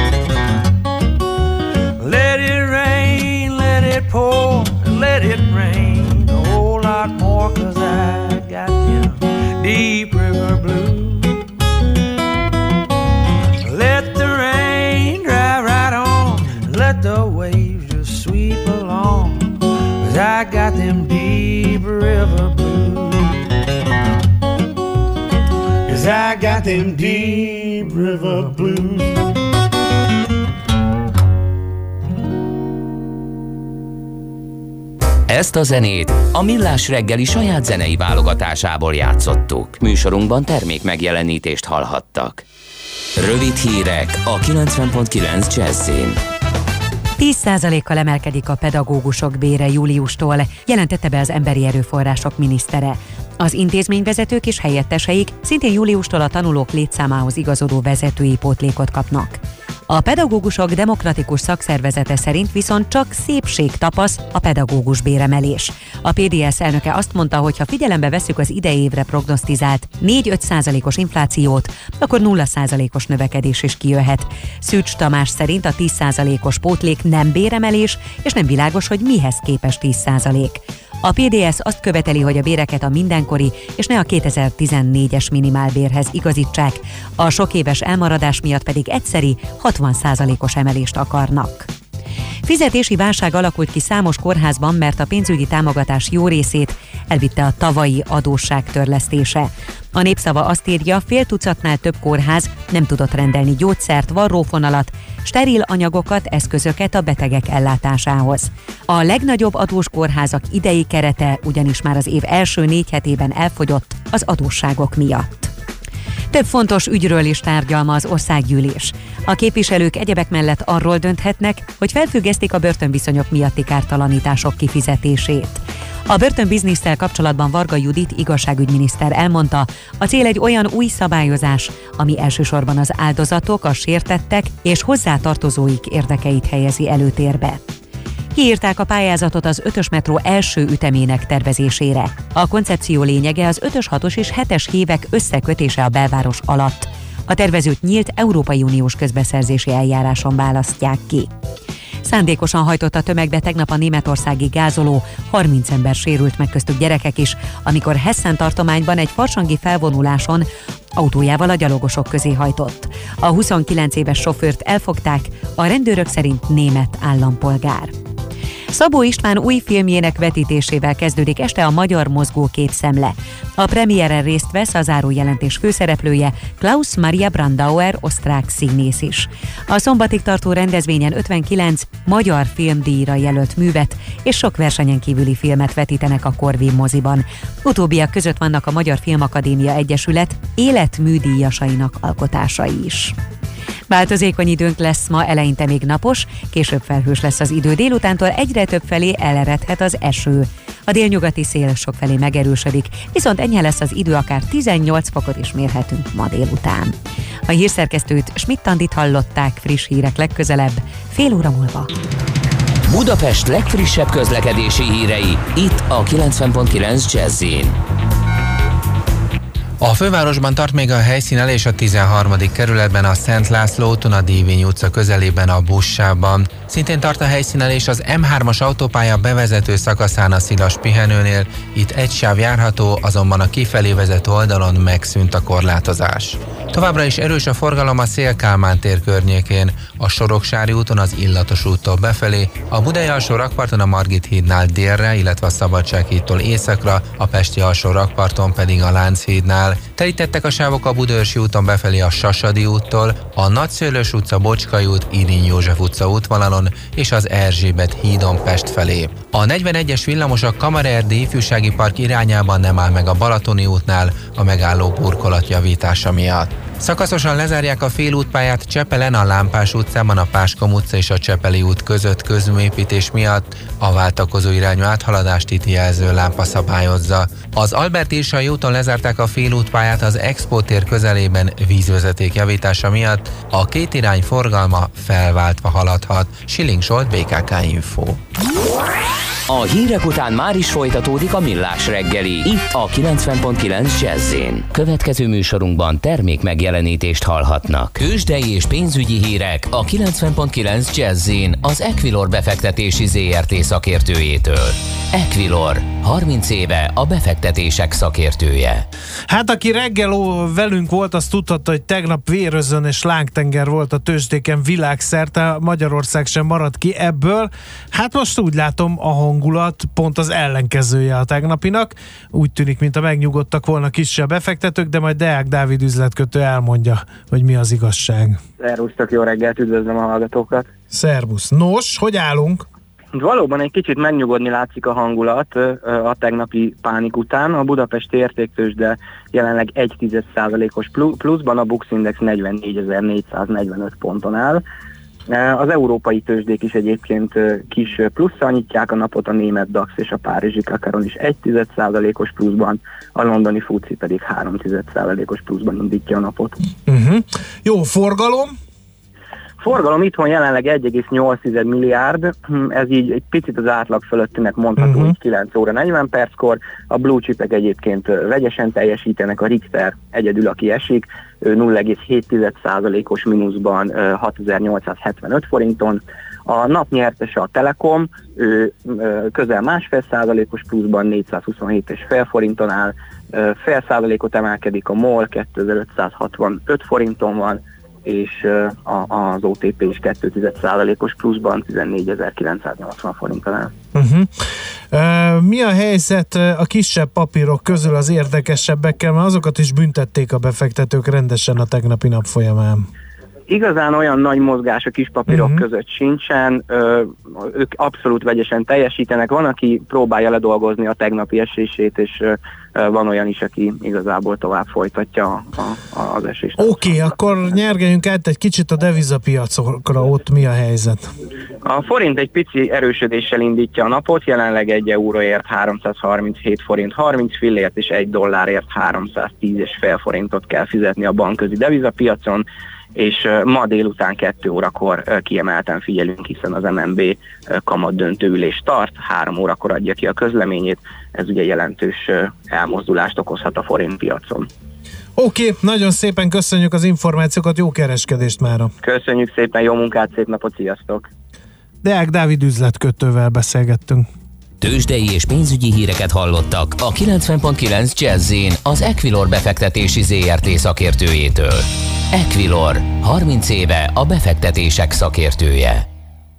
Let it rain, let it pour, let it rain a whole lot more, 'cause I got them deep river blues. got them deep river blues. 'Cause I got them deep river blues. Ezt a zenét a Millás reggeli saját zenei válogatásából játszottuk. Műsorunkban termék megjelenítést hallhattak. Rövid hírek a 90.9 Jazzin. 10%-kal emelkedik a pedagógusok bére júliustól, jelentette be az Emberi Erőforrások minisztere. Az intézményvezetők és helyetteseik szintén júliustól a tanulók létszámához igazodó vezetői pótlékot kapnak. A pedagógusok demokratikus szakszervezete szerint viszont csak szépségtapasz a pedagógus béremelés. A PDS elnöke azt mondta, hogy ha figyelembe vesszük az idei évre prognosztizált 4-5%-os inflációt, akkor 0%-os növekedés is kijöhet. Szűcs Tamás szerint a 10%-os pótlék nem béremelés, és nem világos, hogy mihez képest 10%. A PDS azt követeli, hogy a béreket a mindenkori és ne a 2014-es minimálbérhez igazítsák, a sok éves elmaradás miatt pedig egyszeri 60%-os emelést akarnak. Fizetési válság alakult ki számos kórházban, mert a pénzügyi támogatás jó részét elvitte a tavalyi adósság törlesztése. A Népszava azt írja, fél tucatnál több kórház nem tudott rendelni gyógyszert, varrófonalat, steril anyagokat, eszközöket a betegek ellátásához. A legnagyobb adós kórházak idei kerete ugyanis már az év első 4 hetében elfogyott az adósságok miatt. Több fontos ügyről is tárgyal ma az országgyűlés. A képviselők egyebek mellett arról dönthetnek, hogy felfüggesztik a börtönviszonyok miatti kártalanítások kifizetését. A börtönbizniszszel kapcsolatban Varga Judit igazságügyminiszter elmondta, a cél egy olyan új szabályozás, ami elsősorban az áldozatok, a sértettek és hozzátartozóik érdekeit helyezi előtérbe. Kiírták a pályázatot az 5-ös metró első ütemének tervezésére. A koncepció lényege az 5-ös, 6-os és 7-es hívek összekötése a belváros alatt. A tervezőt nyílt Európai Uniós közbeszerzési eljáráson választják ki. Szándékosan hajtott a tömegbe tegnap a németországi gázoló, 30 ember sérült meg, köztük gyerekek is, amikor Hessen tartományban egy farsangi felvonuláson autójával a gyalogosok közé hajtott. A 29 éves sofőrt elfogták, a rendőrök szerint német állampolgár. Szabó István új filmjének vetítésével kezdődik este a Magyar Mozgókép Szemle. A premiéren részt vesz a zárójelentés főszereplője, Klaus Maria Brandauer osztrák színész is. A szombatig tartó rendezvényen 59 magyar filmdíjra jelölt művet és sok versenyen kívüli filmet vetítenek a Corvin moziban. Utóbbiak között vannak a Magyar Filmakadémia Egyesület életműdíjasainak alkotásai is. Változékony időnk lesz ma, eleinte még napos, később felhős lesz az idő, délutántól egyre több felé eleredhet az eső. A délnyugati szél sokfelé megerősödik, viszont enyhe lesz az idő, akár 18 fokot is mérhetünk ma délután. A hírszerkesztőt Schmidt-Andit hallották, friss hírek legközelebb, fél óra múlva. Budapest legfrissebb közlekedési hírei, itt a 90.9 Jazzin. A fővárosban tart még a helyszínelés a 13. kerületben a Szent László úton a Dívény utca közelében a buszsávban. Szintén tart a helyszínelés az M3-as autópálya bevezető szakaszán a Szilas pihenőnél. Itt egy sáv járható, azonban a kifelé vezető oldalon megszűnt a korlátozás. Továbbra is erős a forgalom a Széll-Kálmán tér környékén, a Soroksári úton az Illatos úttól befelé, a Budai alsó rakparton a Margit hídnál délre, illetve a Szabadsághídtól északra, a Pesti alsó rakparton pedig a Lánchídnál. Telítettek a sávok a Budaörsi úton befelé a Sasadi úttól, a Nagyszőlős utca, Bocskai út, Irinyi József utca útvonalon és az Erzsébet hídon Pest felé. A 41-es villamos a Kamara-Erdélyi Ifjúsági Park irányában nem áll meg a Balatoni útnál a megálló burkolat javítása miatt. Szakaszosan lezárják a félútpályát Csepelen, a Lámpás utcában, a Páskom utca és a Csepeli út között közműépítés miatt. A váltakozó irányú áthaladást itt jelző lámpa szabályozza. Az Albert Irsai úton lezárták a félútpályát az Expo tér közelében vízvezeték javítása miatt. A két irány forgalma felváltva haladhat. Schilling Zsolt, BKK Info. A hírek után már is folytatódik a Millás reggeli, itt a 90.9 Jazzin. Következő műsorunkban termék megjelenítést hallhatnak. Tőzsdei és pénzügyi hírek a 90.9 Jazzin az Equilor befektetési ZRT szakértőjétől. Equilor, 30 éve a befektetések szakértője. Hát aki reggel velünk volt, az tudhatta, hogy tegnap vérözön és lángtenger volt a tőzsdéken világszerte, Magyarország sem maradt ki ebből. Hát most úgy látom, a hangulat pont az ellenkezője a tegnapinak. Úgy tűnik, mintha megnyugodtak volna kisebb befektetők, de majd Deák Dávid üzletkötő elmondja, hogy mi az igazság. Szervusztok, jó reggelt, üdvözlöm a hallgatókat! Szervusz! Nos, hogy állunk? Valóban egy kicsit megnyugodni látszik a hangulat a tegnapi pánik után. A budapesti értéktőzsde jelenleg 1,1%-os pluszban, a Bux Index 44.445 ponton áll. Az európai tőzsdék is egyébként kis plusszal nyitják a napot, a német DAX és a párizsi Kakaron is 1,1%-os pluszban, a londoni FTSE pedig 3,1%-os pluszban indítja a napot. Jó, forgalom? Forgalom itthon jelenleg 1,8 milliárd, ez így egy picit az átlag fölöttinek mondható, 9 óra 40 perckor. A blue chipek egyébként vegyesen teljesítenek, a Richter egyedül, aki esik, 0,7%-os mínuszban 6875 forinton. A nap nyertese a Telekom, közel 1,5%-os pluszban 427,5 forinton áll, fél százalékot emelkedik a MOL, 2565 forinton van, és az OTP is 2,1%-os pluszban 14.980 forinton áll. Mi a helyzet a kisebb papírok közül az érdekesebbekkel, mert azokat is büntették a befektetők rendesen a tegnapi nap folyamán? Igazán olyan nagy mozgás a kis papírok között sincsen, ők abszolút vegyesen teljesítenek, van, aki próbálja ledolgozni a tegnapi esését, és van olyan is, aki igazából tovább folytatja az esést. Oké, akkor nyergeljünk át egy kicsit a devizapiacokra, ott mi a helyzet? A forint egy pici erősödéssel indítja a napot, jelenleg 1 euróért 337 forint 30 fillért, és 1 dollárért 310,5 forintot kell fizetni a bankközi devizapiacon, és ma délután 2 órakor kiemelten figyelünk, hiszen az MNB kamat döntőülés tart, 3 órakor adja ki a közleményét, ez ugye jelentős elmozdulást okozhat a forintpiacon. Oké, nagyon szépen köszönjük az információkat, jó kereskedést mára! Köszönjük szépen, jó munkát, szép napot, sziasztok! Deák Dávid üzletkötővel beszélgettünk. Tőzsdei és pénzügyi híreket hallottak a 90.9 Jazz-in az Equilor befektetési ZRT szakértőjétől. Equilor, 30 éve a befektetések szakértője.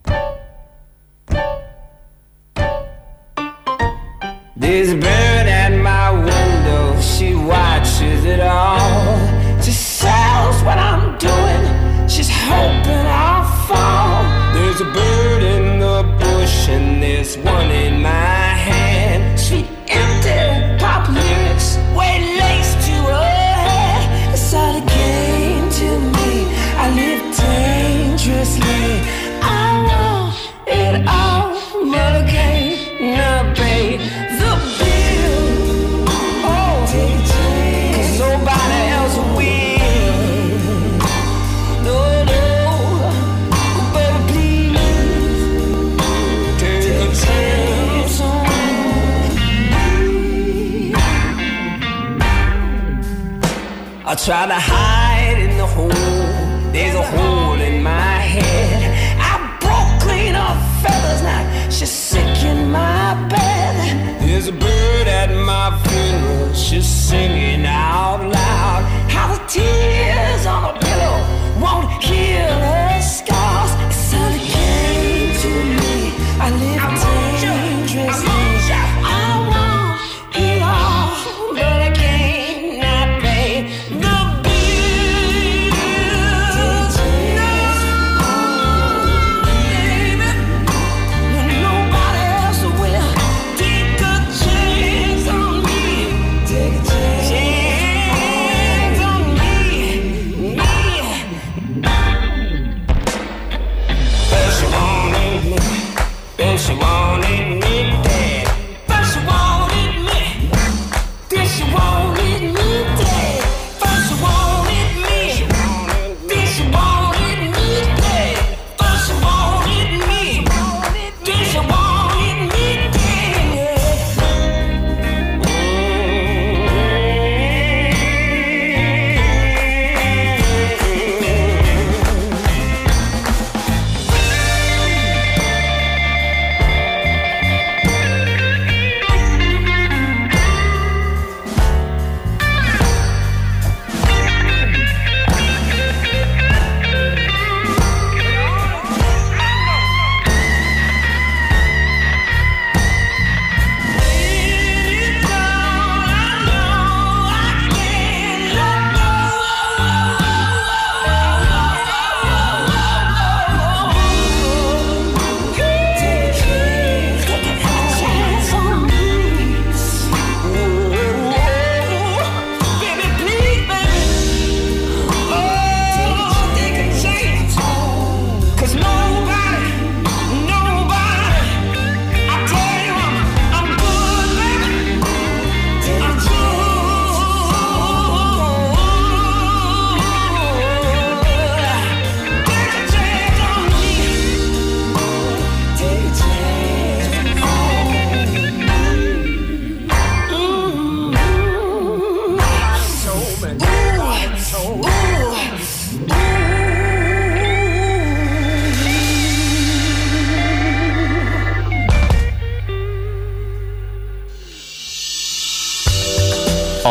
There's a bird at my window, she watches it all. She sells what I'm doing, she's hoping I'll fall. There's a bird in the bush and there's one in my hand. Sweet empty pop lyrics, way laced to her head. It's all a game to me, I live dangerously. I want it all, but I can't not pay the bill. Oh, take a chance, 'cause nobody else will. No, no, baby, please take a chance on me. I try to hide in the hole, there's a hole in my head. I broke clean off feathers, now she's sick in my bed. There's a bird at my funeral, she's singing out loud. How the tears on a pillow won't heal her scars. It's all a game to me, I live dangerously. I want it all, but I can't not pay the bill. Nobody else will. Take a chance on me. Take a chance on me.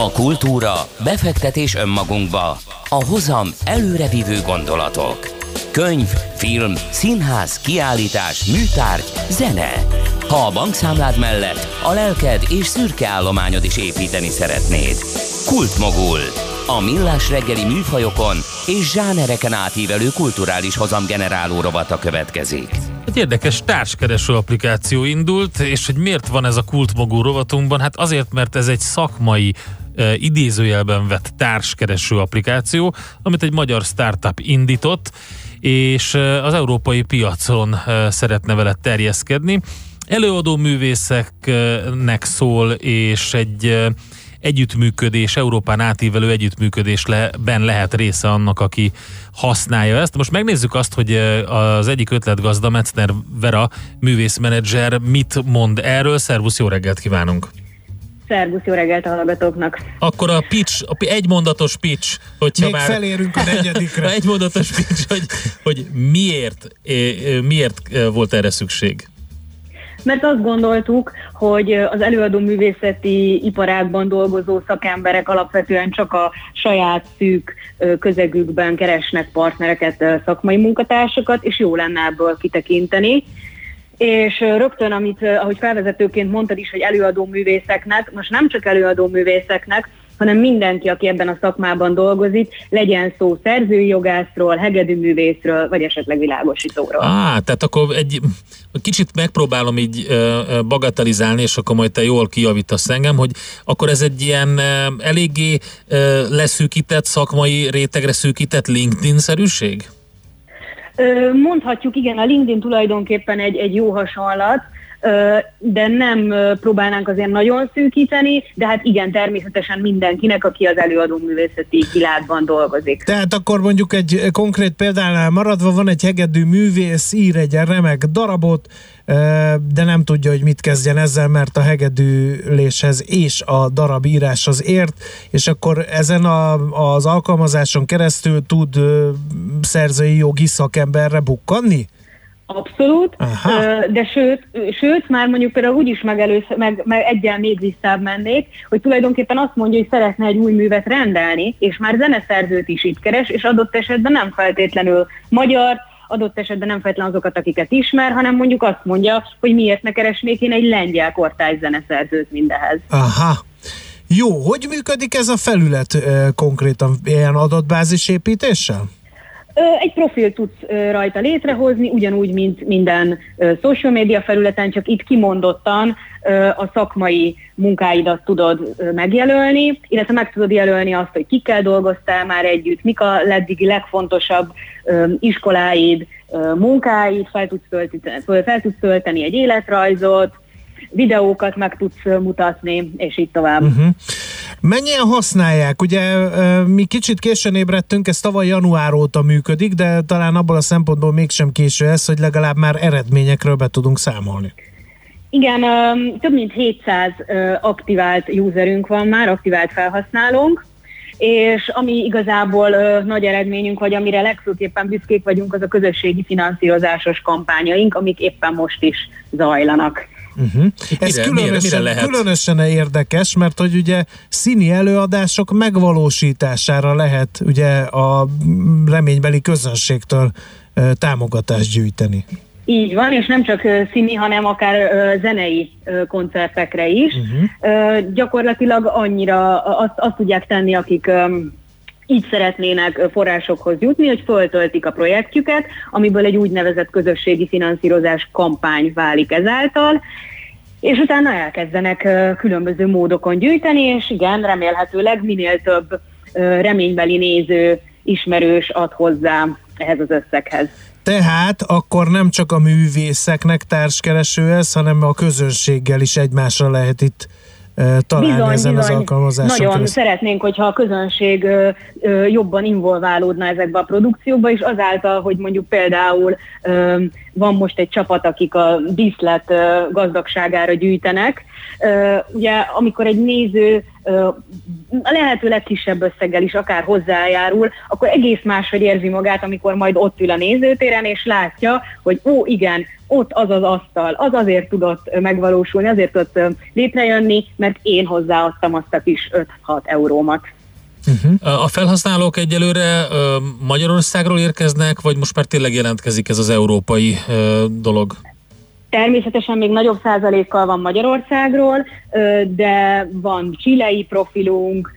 A kultúra, befektetés önmagunkba, a hozam előrevívő gondolatok. Könyv, film, színház, kiállítás, műtárgy, zene. Ha a bankszámlád mellett a lelked és szürke állományod is építeni szeretnéd. Kultmogul. A millás reggeli műfajokon és zsánereken átívelő kulturális hozamgeneráló rovata következik. Egy érdekes társkereső applikáció indult, és hogy miért van ez a Kultmogul rovatunkban? Hát azért, mert ez egy szakmai, idézőjelben vett társkereső applikáció, amit egy magyar startup indított, és az európai piacon szeretne vele terjeszkedni. Előadó művészeknek szól, és egy együttműködés, Európán átívelő együttműködésben lehet része annak, aki használja ezt. Most megnézzük azt, hogy az egyik ötletgazda, Metzner Vera művészmenedzser mit mond erről. Szervusz, jó reggelt kívánunk! Szervusz, jó reggelt a hallgatóknak! Akkor a pitch, egymondatos pitch, hogyha még már felérünk a negyedikre. Egymondatos pitch, hogy miért volt erre szükség? Mert azt gondoltuk, hogy az előadó művészeti iparágban dolgozó szakemberek alapvetően csak a saját szűk közegükben keresnek partnereket, szakmai munkatársakat, és jó lenne ebből kitekinteni. És rögtön, ahogy felvezetőként mondtad is, hogy előadó művészeknek, most nem csak előadó művészeknek, hanem mindenki, aki ebben a szakmában dolgozik, legyen szó szerzői jogászról, hegedűművészről, vagy esetleg világosítóról. Tehát akkor egy kicsit megpróbálom így bagatelizálni, és akkor majd te jól kijavítasz engem, hogy akkor ez egy ilyen eléggé leszűkített, szakmai rétegre szűkített LinkedIn-szerűség? Mondhatjuk, igen, a LinkedIn tulajdonképpen egy jó hasonlat, de nem próbálnánk azért nagyon szűkíteni, de hát igen, természetesen mindenkinek, aki az előadó művészeti világban dolgozik. Tehát akkor mondjuk egy konkrét példánál maradva van egy hegedű művész, ír egy remek darabot, de nem tudja, hogy mit kezdjen ezzel, mert a hegedűléshez és a darabíráshoz ért, és akkor ezen az alkalmazáson keresztül tud szerzői jogi szakemberre bukkanni? Abszolút, de sőt, már mondjuk például úgy is meg egyen még visszább mennék, hogy tulajdonképpen azt mondja, hogy szeretne egy új művet rendelni, és már zeneszerzőt is itt keres, és adott esetben nem feltétlenül magyar, adott esetben nem feltétlenül azokat, akiket ismer, hanem mondjuk azt mondja, hogy miért ne keresnék én egy lengyel kortárs zeneszerzőt mindehez. Aha. Jó, hogy működik ez a felület konkrétan? Ilyen adatbázis építéssel? Egy profilt tudsz rajta létrehozni, ugyanúgy, mint minden social media felületen, csak itt kimondottan a szakmai munkáidat tudod megjelölni, illetve meg tudod jelölni azt, hogy kikkel dolgoztál már együtt, mik a leddigi legfontosabb iskoláid, munkáid, fel tudsz tölteni egy életrajzot, videókat meg tudsz mutatni, és így tovább. Mennyien használják? Ugye mi kicsit későn ébredtünk, ez tavaly január óta működik, de talán abból a szempontból mégsem késő ez, hogy legalább már eredményekről be tudunk számolni. Igen, több mint 700 aktivált userünk van már, aktivált felhasználónk, és ami igazából nagy eredményünk, vagy amire legfőképpen büszkék vagyunk, az a közösségi finanszírozásos kampányaink, amik éppen most is zajlanak. Ez különösen érdekes, mert hogy ugye színi előadások megvalósítására lehet ugye a reménybeli közönségtől támogatást gyűjteni. Így van, és nem csak színi, hanem akár zenei koncertekre is. Gyakorlatilag annyira azt tudják tenni, akik így szeretnének forrásokhoz jutni, hogy föltöltik a projektjüket, amiből egy úgynevezett közösségi finanszírozás kampány válik ezáltal, és utána elkezdenek különböző módokon gyűjteni, és igen, remélhetőleg minél több reménybeli néző, ismerős ad hozzá ehhez az összeghez. Tehát akkor nem csak a művészeknek társkereső ez, hanem a közönséggel is egymásra lehet itt találni ezen az alkalmazáson. Nagyon szeretnénk, hogyha a közönség jobban involválódna ezekbe a produkciókba, és azáltal, hogy mondjuk például van most egy csapat, akik a díszlet gazdagságára gyűjtenek. Ugye, amikor egy néző a lehető legkisebb összeggel is akár hozzájárul, akkor egész máshogy érzi magát, amikor majd ott ül a nézőtéren, és látja, hogy igen, ott az az asztal, az azért tudott megvalósulni, azért tudott létrejönni, mert én hozzáadtam azt a kis 5-6 eurómat. A felhasználók egyelőre Magyarországról érkeznek, vagy most már tényleg jelentkezik ez az európai dolog? Természetesen még nagyobb százalékkal van Magyarországról, de van chilei profilunk,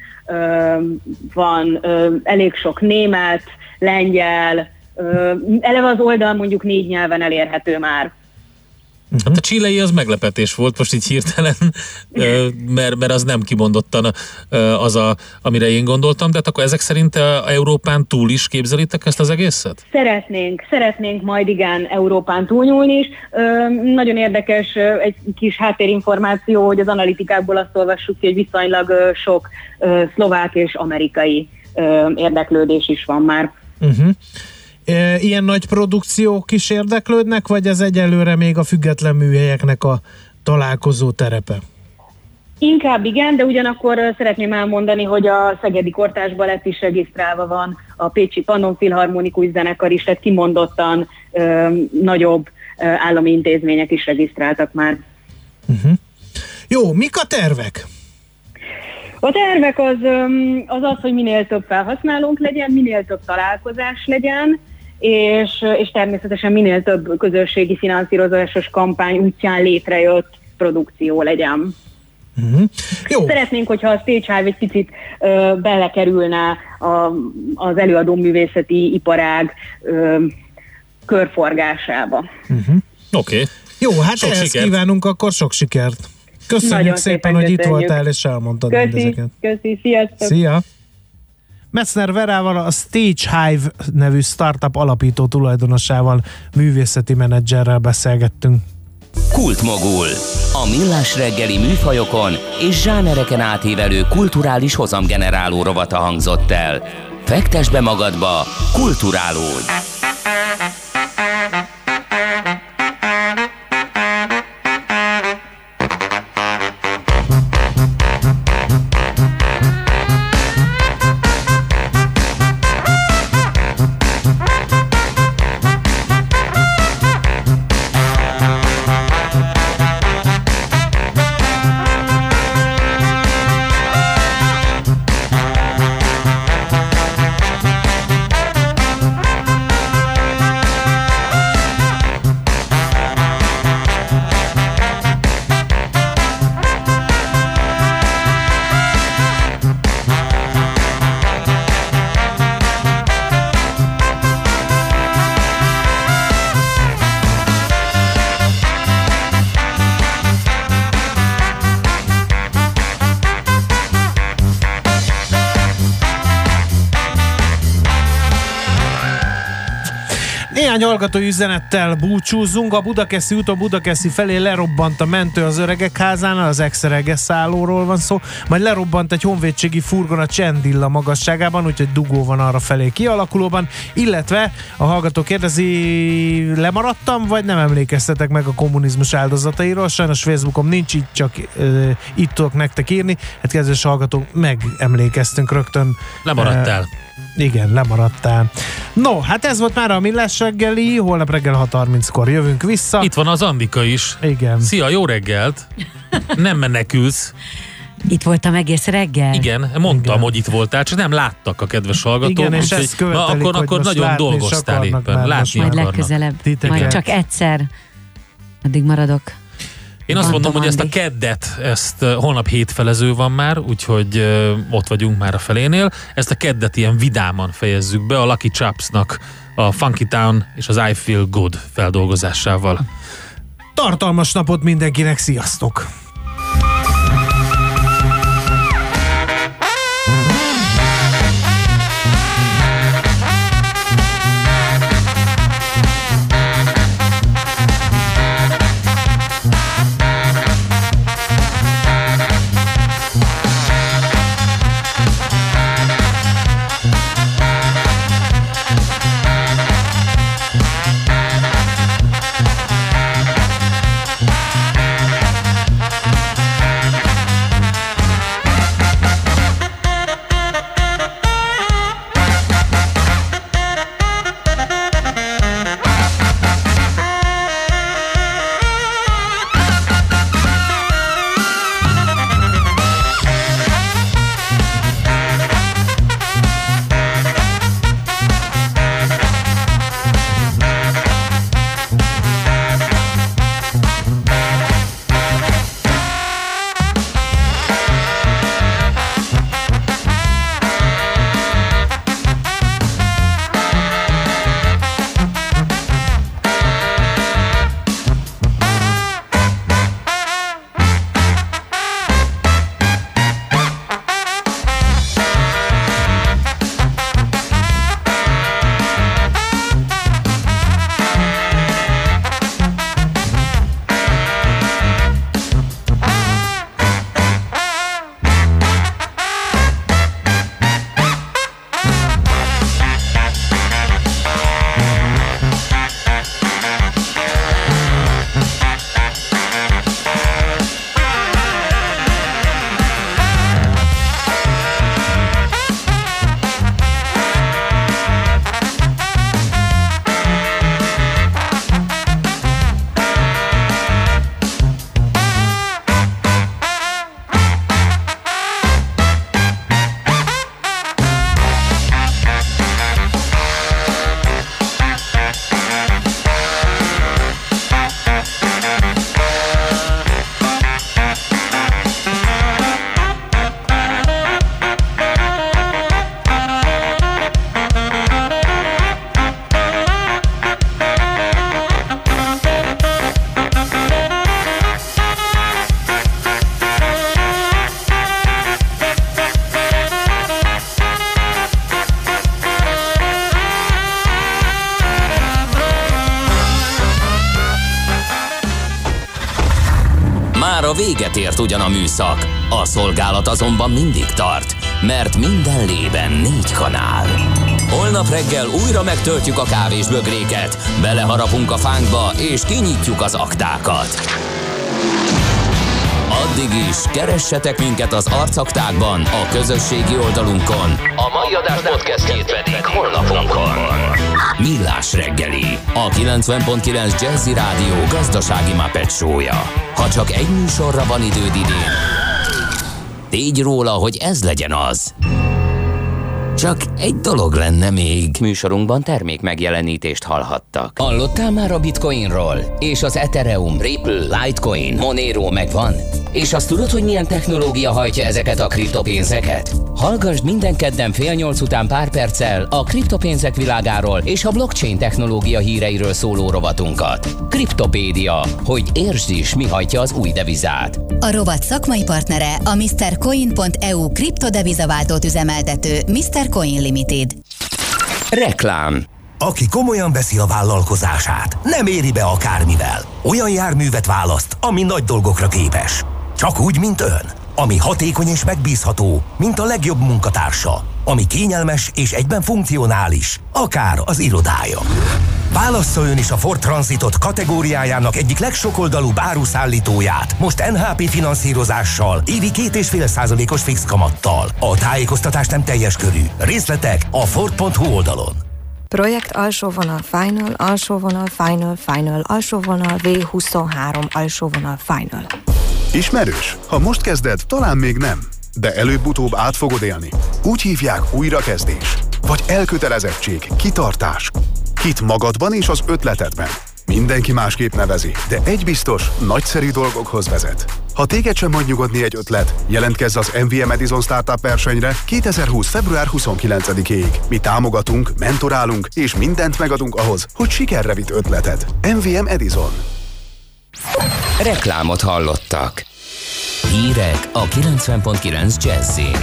van elég sok német, lengyel, eleve az oldal mondjuk 4 nyelven elérhető már. Hát a chilei az meglepetés volt most így hirtelen, mert az nem kimondottan az, amire én gondoltam, de hát akkor ezek szerint Európán túl is képzelitek ezt az egészet? Szeretnénk majd igen Európán túlnyúlni is. Nagyon érdekes egy kis háttérinformáció, hogy az analitikákból azt olvassuk ki, hogy viszonylag sok szlovák és amerikai érdeklődés is van már. Ilyen nagy produkciók is érdeklődnek, vagy ez egyelőre még a független műhelyeknek a találkozó terepe? Inkább igen, de ugyanakkor szeretném elmondani, hogy a Szegedi Kortárs Balett is regisztrálva van, a Pécsi Pannon Filharmonikus Zenekar is, tehát kimondottan nagyobb állami intézmények is regisztráltak már. Jó, mik a tervek? A tervek az, hogy minél több felhasználónk legyen, minél több találkozás legyen, és természetesen minél több közösségi finanszírozásos kampány útján létrejött produkció legyen. Jó. Szeretnénk, hogyha a Stage Hive egy picit belekerülne az előadó művészeti iparág körforgásába. Oké. Jó, hát sok ehhez sikert. kívánunk akkor sok sikert. Köszönjük Nagyon szépen, hogy köszönjük. itt voltál és elmondtad mindezeket. Köszi, sziasztok! Szia! Metzner Verával, a Stage Hive nevű startup alapító tulajdonosával, művészeti menedzserrel beszélgettünk. Kultmogul. A millás reggeli műfajokon és zsánereken átívelő kulturális hozamgeneráló rovata hangzott el. Fektesd be magadba, kulturálódj! Néhány hallgatói üzenettel búcsúzunk. A Budakeszi úton Budakeszi felé lerobbant a mentő az Öregek házánál, az ex-Öreges szállóról van szó, majd lerobbant egy honvédségi furgon a Csendilla magasságában, úgyhogy dugó van arra felé kialakulóban, illetve a hallgató kérdezi, lemaradtam, vagy nem emlékeztetek meg a kommunizmus áldozatairól? Sajnos Facebookom nincs, így csak itt tudok nektek írni. Hát kedves hallgatók, megemlékeztünk rögtön. Lemaradtál. Igen, lemaradtál. No, hát ez volt már a Millás reggeli, holnap reggel 6:30-kor jövünk vissza. Itt van az Andika is. Igen. Szia, jó reggelt! Nem menekülsz. Itt voltam egész reggel? Igen, mondtam, hogy itt voltál, csak nem láttak a kedves hallgatók. Igen, és úgyhogy- ezt követelik, hogy akkor most nagyon látni is dolgoztál akarnak éppen. már most Látni Majd akarnak. legközelebb. Titeket. Majd csak egyszer. Addig maradok. Én azt mondom, hogy ezt a Andi. keddet, holnap hétfelező van már, úgyhogy ott vagyunk már a felénél. Ezt a keddet ilyen vidáman fejezzük be a Lucky Chapsnak a Funky Town és az I Feel Good feldolgozásával. Tartalmas napot mindenkinek, sziasztok! véget ért ugyan a műszak, a szolgálat azonban mindig tart, mert minden lében 4 kanál. Holnap reggel újra megtöltjük a kávésbögréket, beleharapunk a fánkba és kinyitjuk az aktákat. Addig is keressetek minket az arcaktákban, a közösségi oldalunkon, a mai adás podcastjét pedig honlapunkon. Millás reggeli, a 90.9 Jazzy Rádió gazdasági Muppet show-ja. Ha csak egy műsorra van időd idén, tégy róla, hogy ez legyen az. Csak egy dolog lenne még. Műsorunkban termék megjelenítést hallhattak. Hallottál már a Bitcoinról? És az Ethereum, Ripple, Litecoin, Monero megvan? És azt tudod, hogy milyen technológia hajtja ezeket a kriptopénzeket? Hallgasd minden kedden 7:30 után pár perccel a kriptopénzek világáról és a blockchain technológia híreiről szóló rovatunkat. Kriptopédia, hogy értsd is, mi hajtja az új devizát. A rovat szakmai partnere a MrCoin.eu kriptodevizaváltót üzemeltető Mr. Coin Limited. Reklám. Aki komolyan veszi a vállalkozását, nem éri be akármivel. Olyan járművet választ, ami nagy dolgokra képes. Csak úgy, mint ön. Ami hatékony és megbízható, mint a legjobb munkatársa. Ami kényelmes és egyben funkcionális, akár az irodája. Válassza ön is a Ford Transitot kategóriájának egyik legsokoldalúbb áruszállítóját, most NHP finanszírozással, évi 2,5%-os fix kamattal. A tájékoztatás nem teljes körű. Részletek a Ford.hu oldalon. Projekt alsó vonal final, alsó vonal final, final, alsó vonal V23, alsó vonal final. Ismerős? Ha most kezded, talán még nem, de előbb-utóbb át fogod élni. Úgy hívják újrakezdés, vagy elkötelezettség, kitartás. Hitt magadban és az ötletedben. Mindenki másképp nevezi, de egy biztos, nagyszerű dolgokhoz vezet. Ha téged sem hagy nyugodni egy ötlet, jelentkezz az MVM Edison Startup versenyre 2020. február 29-ig. Mi támogatunk, mentorálunk és mindent megadunk ahhoz, hogy sikerre vidd ötleted. MVM Edison. Reklámot hallottak. Hírek a 90.9 Jazzyn.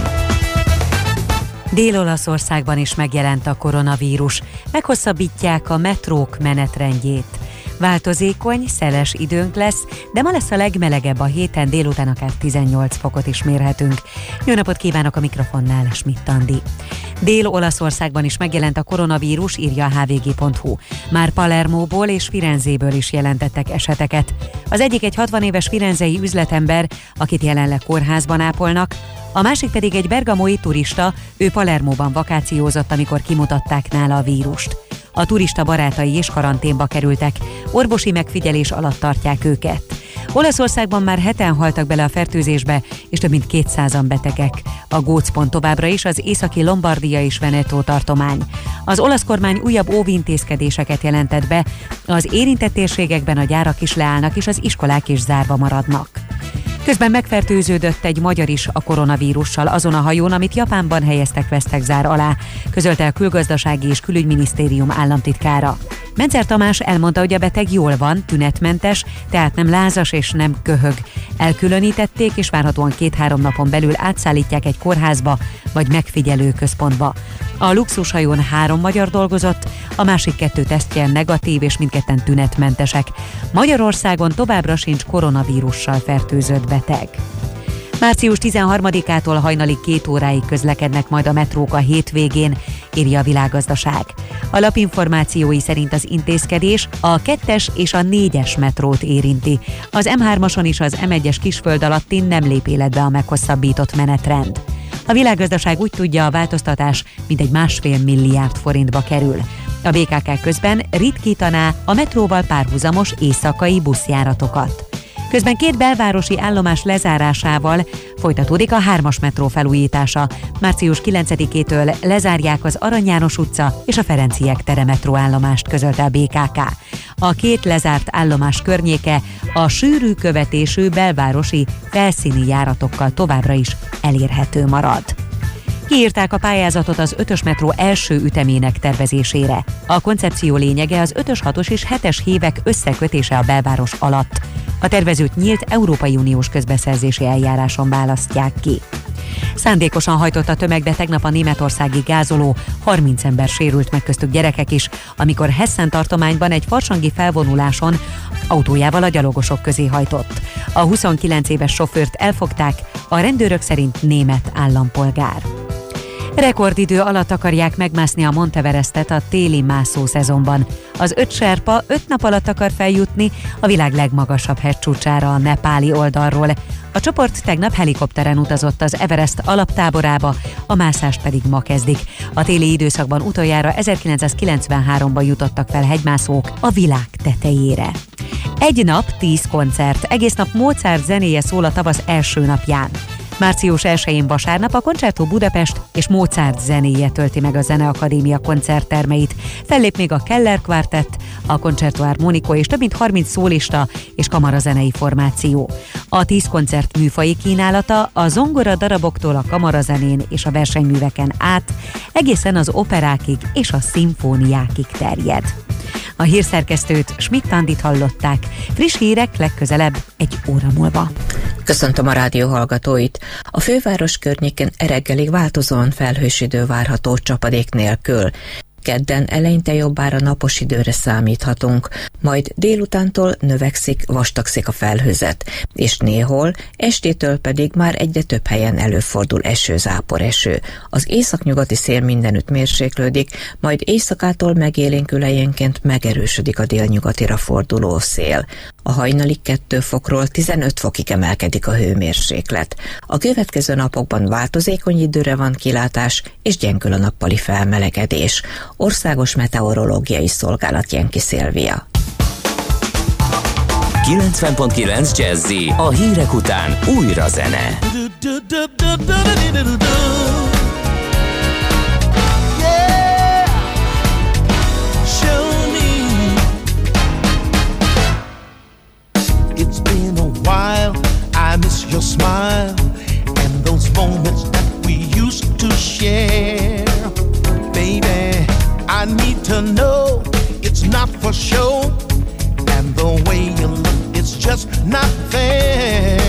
Dél-Olaszországban is megjelent a koronavírus. Meghosszabbítják a metrók menetrendjét. Változékony, szeles időnk lesz, de ma lesz a legmelegebb a héten, délután akár 18 fokot is mérhetünk. Jó napot kívánok, a mikrofonnál Schmidt Andi. Dél-Olaszországban is megjelent a koronavírus, írja a hvg.hu. Már Palermóból és Firenzéből is jelentettek eseteket. Az egyik egy 60 éves firenzei üzletember, akit jelenleg kórházban ápolnak, a másik pedig egy bergamói turista, ő Palermóban vakációzott, amikor kimutatták nála a vírust. A turista barátai is karanténba kerültek, orvosi megfigyelés alatt tartják őket. Olaszországban már 7-en haltak bele a fertőzésbe, és több mint 200-an betegek. A gócpont továbbra is az északi Lombardia és Veneto tartomány. Az olasz kormány újabb óvintézkedéseket jelentett be, az érintett térségekben a gyárak is leállnak, és az iskolák is zárva maradnak. Közben megfertőződött egy magyar is a koronavírussal azon a hajón, amit Japánban helyeztek vesztegzár alá, közölte a Külgazdasági és Külügyminisztérium államtitkára. Mencer Tamás elmondta, hogy a beteg jól van, tünetmentes, tehát nem lázas és nem köhög. Elkülönítették, és várhatóan 2-3 napon belül átszállítják egy kórházba vagy megfigyelő központba. A luxushajón 3 magyar dolgozott, a másik 2 tesztje negatív, és mindketten tünetmentesek. Magyarországon továbbra sincs koronavírussal fertőzött beteg. Március 13-ától hajnalig 2 óráig közlekednek majd a metrók a hétvégén, írja a Világgazdaság. A lap információi szerint az intézkedés a 2-es és a 4-es metrót érinti. Az M3-ason és az M1-es Kisföld alattin nem lép életbe a meghosszabbított menetrend. A Világgazdaság úgy tudja, a változtatás mintegy 1,5 milliárd forintba kerül. A BKK közben ritkítaná a metróval párhuzamos éjszakai buszjáratokat. Közben 2 belvárosi állomás lezárásával folytatódik a 3-as metró felújítása. Március 9-től lezárják az Arany János utca és a Ferenciek tere metróállomást, közölte a BKK. A 2 lezárt állomás környéke a sűrű követésű belvárosi felszíni járatokkal továbbra is elérhető marad. Kiírták a pályázatot az 5-ös metró első ütemének tervezésére. A koncepció lényege az 5-ös, 6-os és 7-es hívek összekötése a belváros alatt. A tervezőt nyílt Európai Uniós közbeszerzési eljáráson választják ki. Szándékosan hajtott a tömegbe tegnap a németországi gázoló, 30 ember sérült meg, köztük gyerekek is, amikor Hessen tartományban egy farsangi felvonuláson autójával a gyalogosok közé hajtott. A 29 éves sofőrt elfogták, a rendőrök szerint német állampolgár. Rekordidő alatt akarják megmászni a Monteverestet a téli mászószezonban. Az 5 serpa 5 nap alatt akar feljutni a világ legmagasabb hegycsúcsára a nepáli oldalról. A csoport tegnap helikopteren utazott az Everest alaptáborába, a mászást pedig ma kezdik. A téli időszakban utoljára 1993-ban jutottak fel hegymászók a világ tetejére. Egy nap 10 koncert, egész nap Mozart zenéje szól a tavasz első napján. Március 1-én vasárnap a Concerto Budapest és Mozart zenéje tölti meg a Zeneakadémia koncerttermeit. Fellép még a Keller Quartett, a Concerto Armonico és több mint 30 szólista és kamarazenei formáció. A 10 koncert műfaji kínálata a zongora daraboktól a kamarazenén és a versenyműveken át egészen az operákig és a szimfóniákig terjed. A hírszerkesztőt, Schmidt-Andit hallották. Friss hírek legközelebb egy óra múlva. Köszöntöm a rádió hallgatóit! A főváros környékén reggelig változóan felhős idő várható csapadék nélkül. Kedden eleinte jobbára napos időre számíthatunk, majd délutántól növekszik, vastagszik a felhőzet, és néhol estétől pedig már egyre több helyen előfordul eső-záporeső. Az északnyugati szél mindenütt mérséklődik, majd éjszakától megélénkül helyenként megerősödik a délnyugatira forduló szél. A hajnalig 2 fokról 15 fokig emelkedik a hőmérséklet. A következő napokban változékony időre van kilátás, és gyengül a nappali felmelegedés. Országos Meteorológiai Szolgálat Jenki Szilvia. 90.9 Jazzy, a hírek után újra zene. It's been a while, I miss your smile and those moments that we used to share. Baby, I need to know it's not for show, and the way you look, it's just not fair.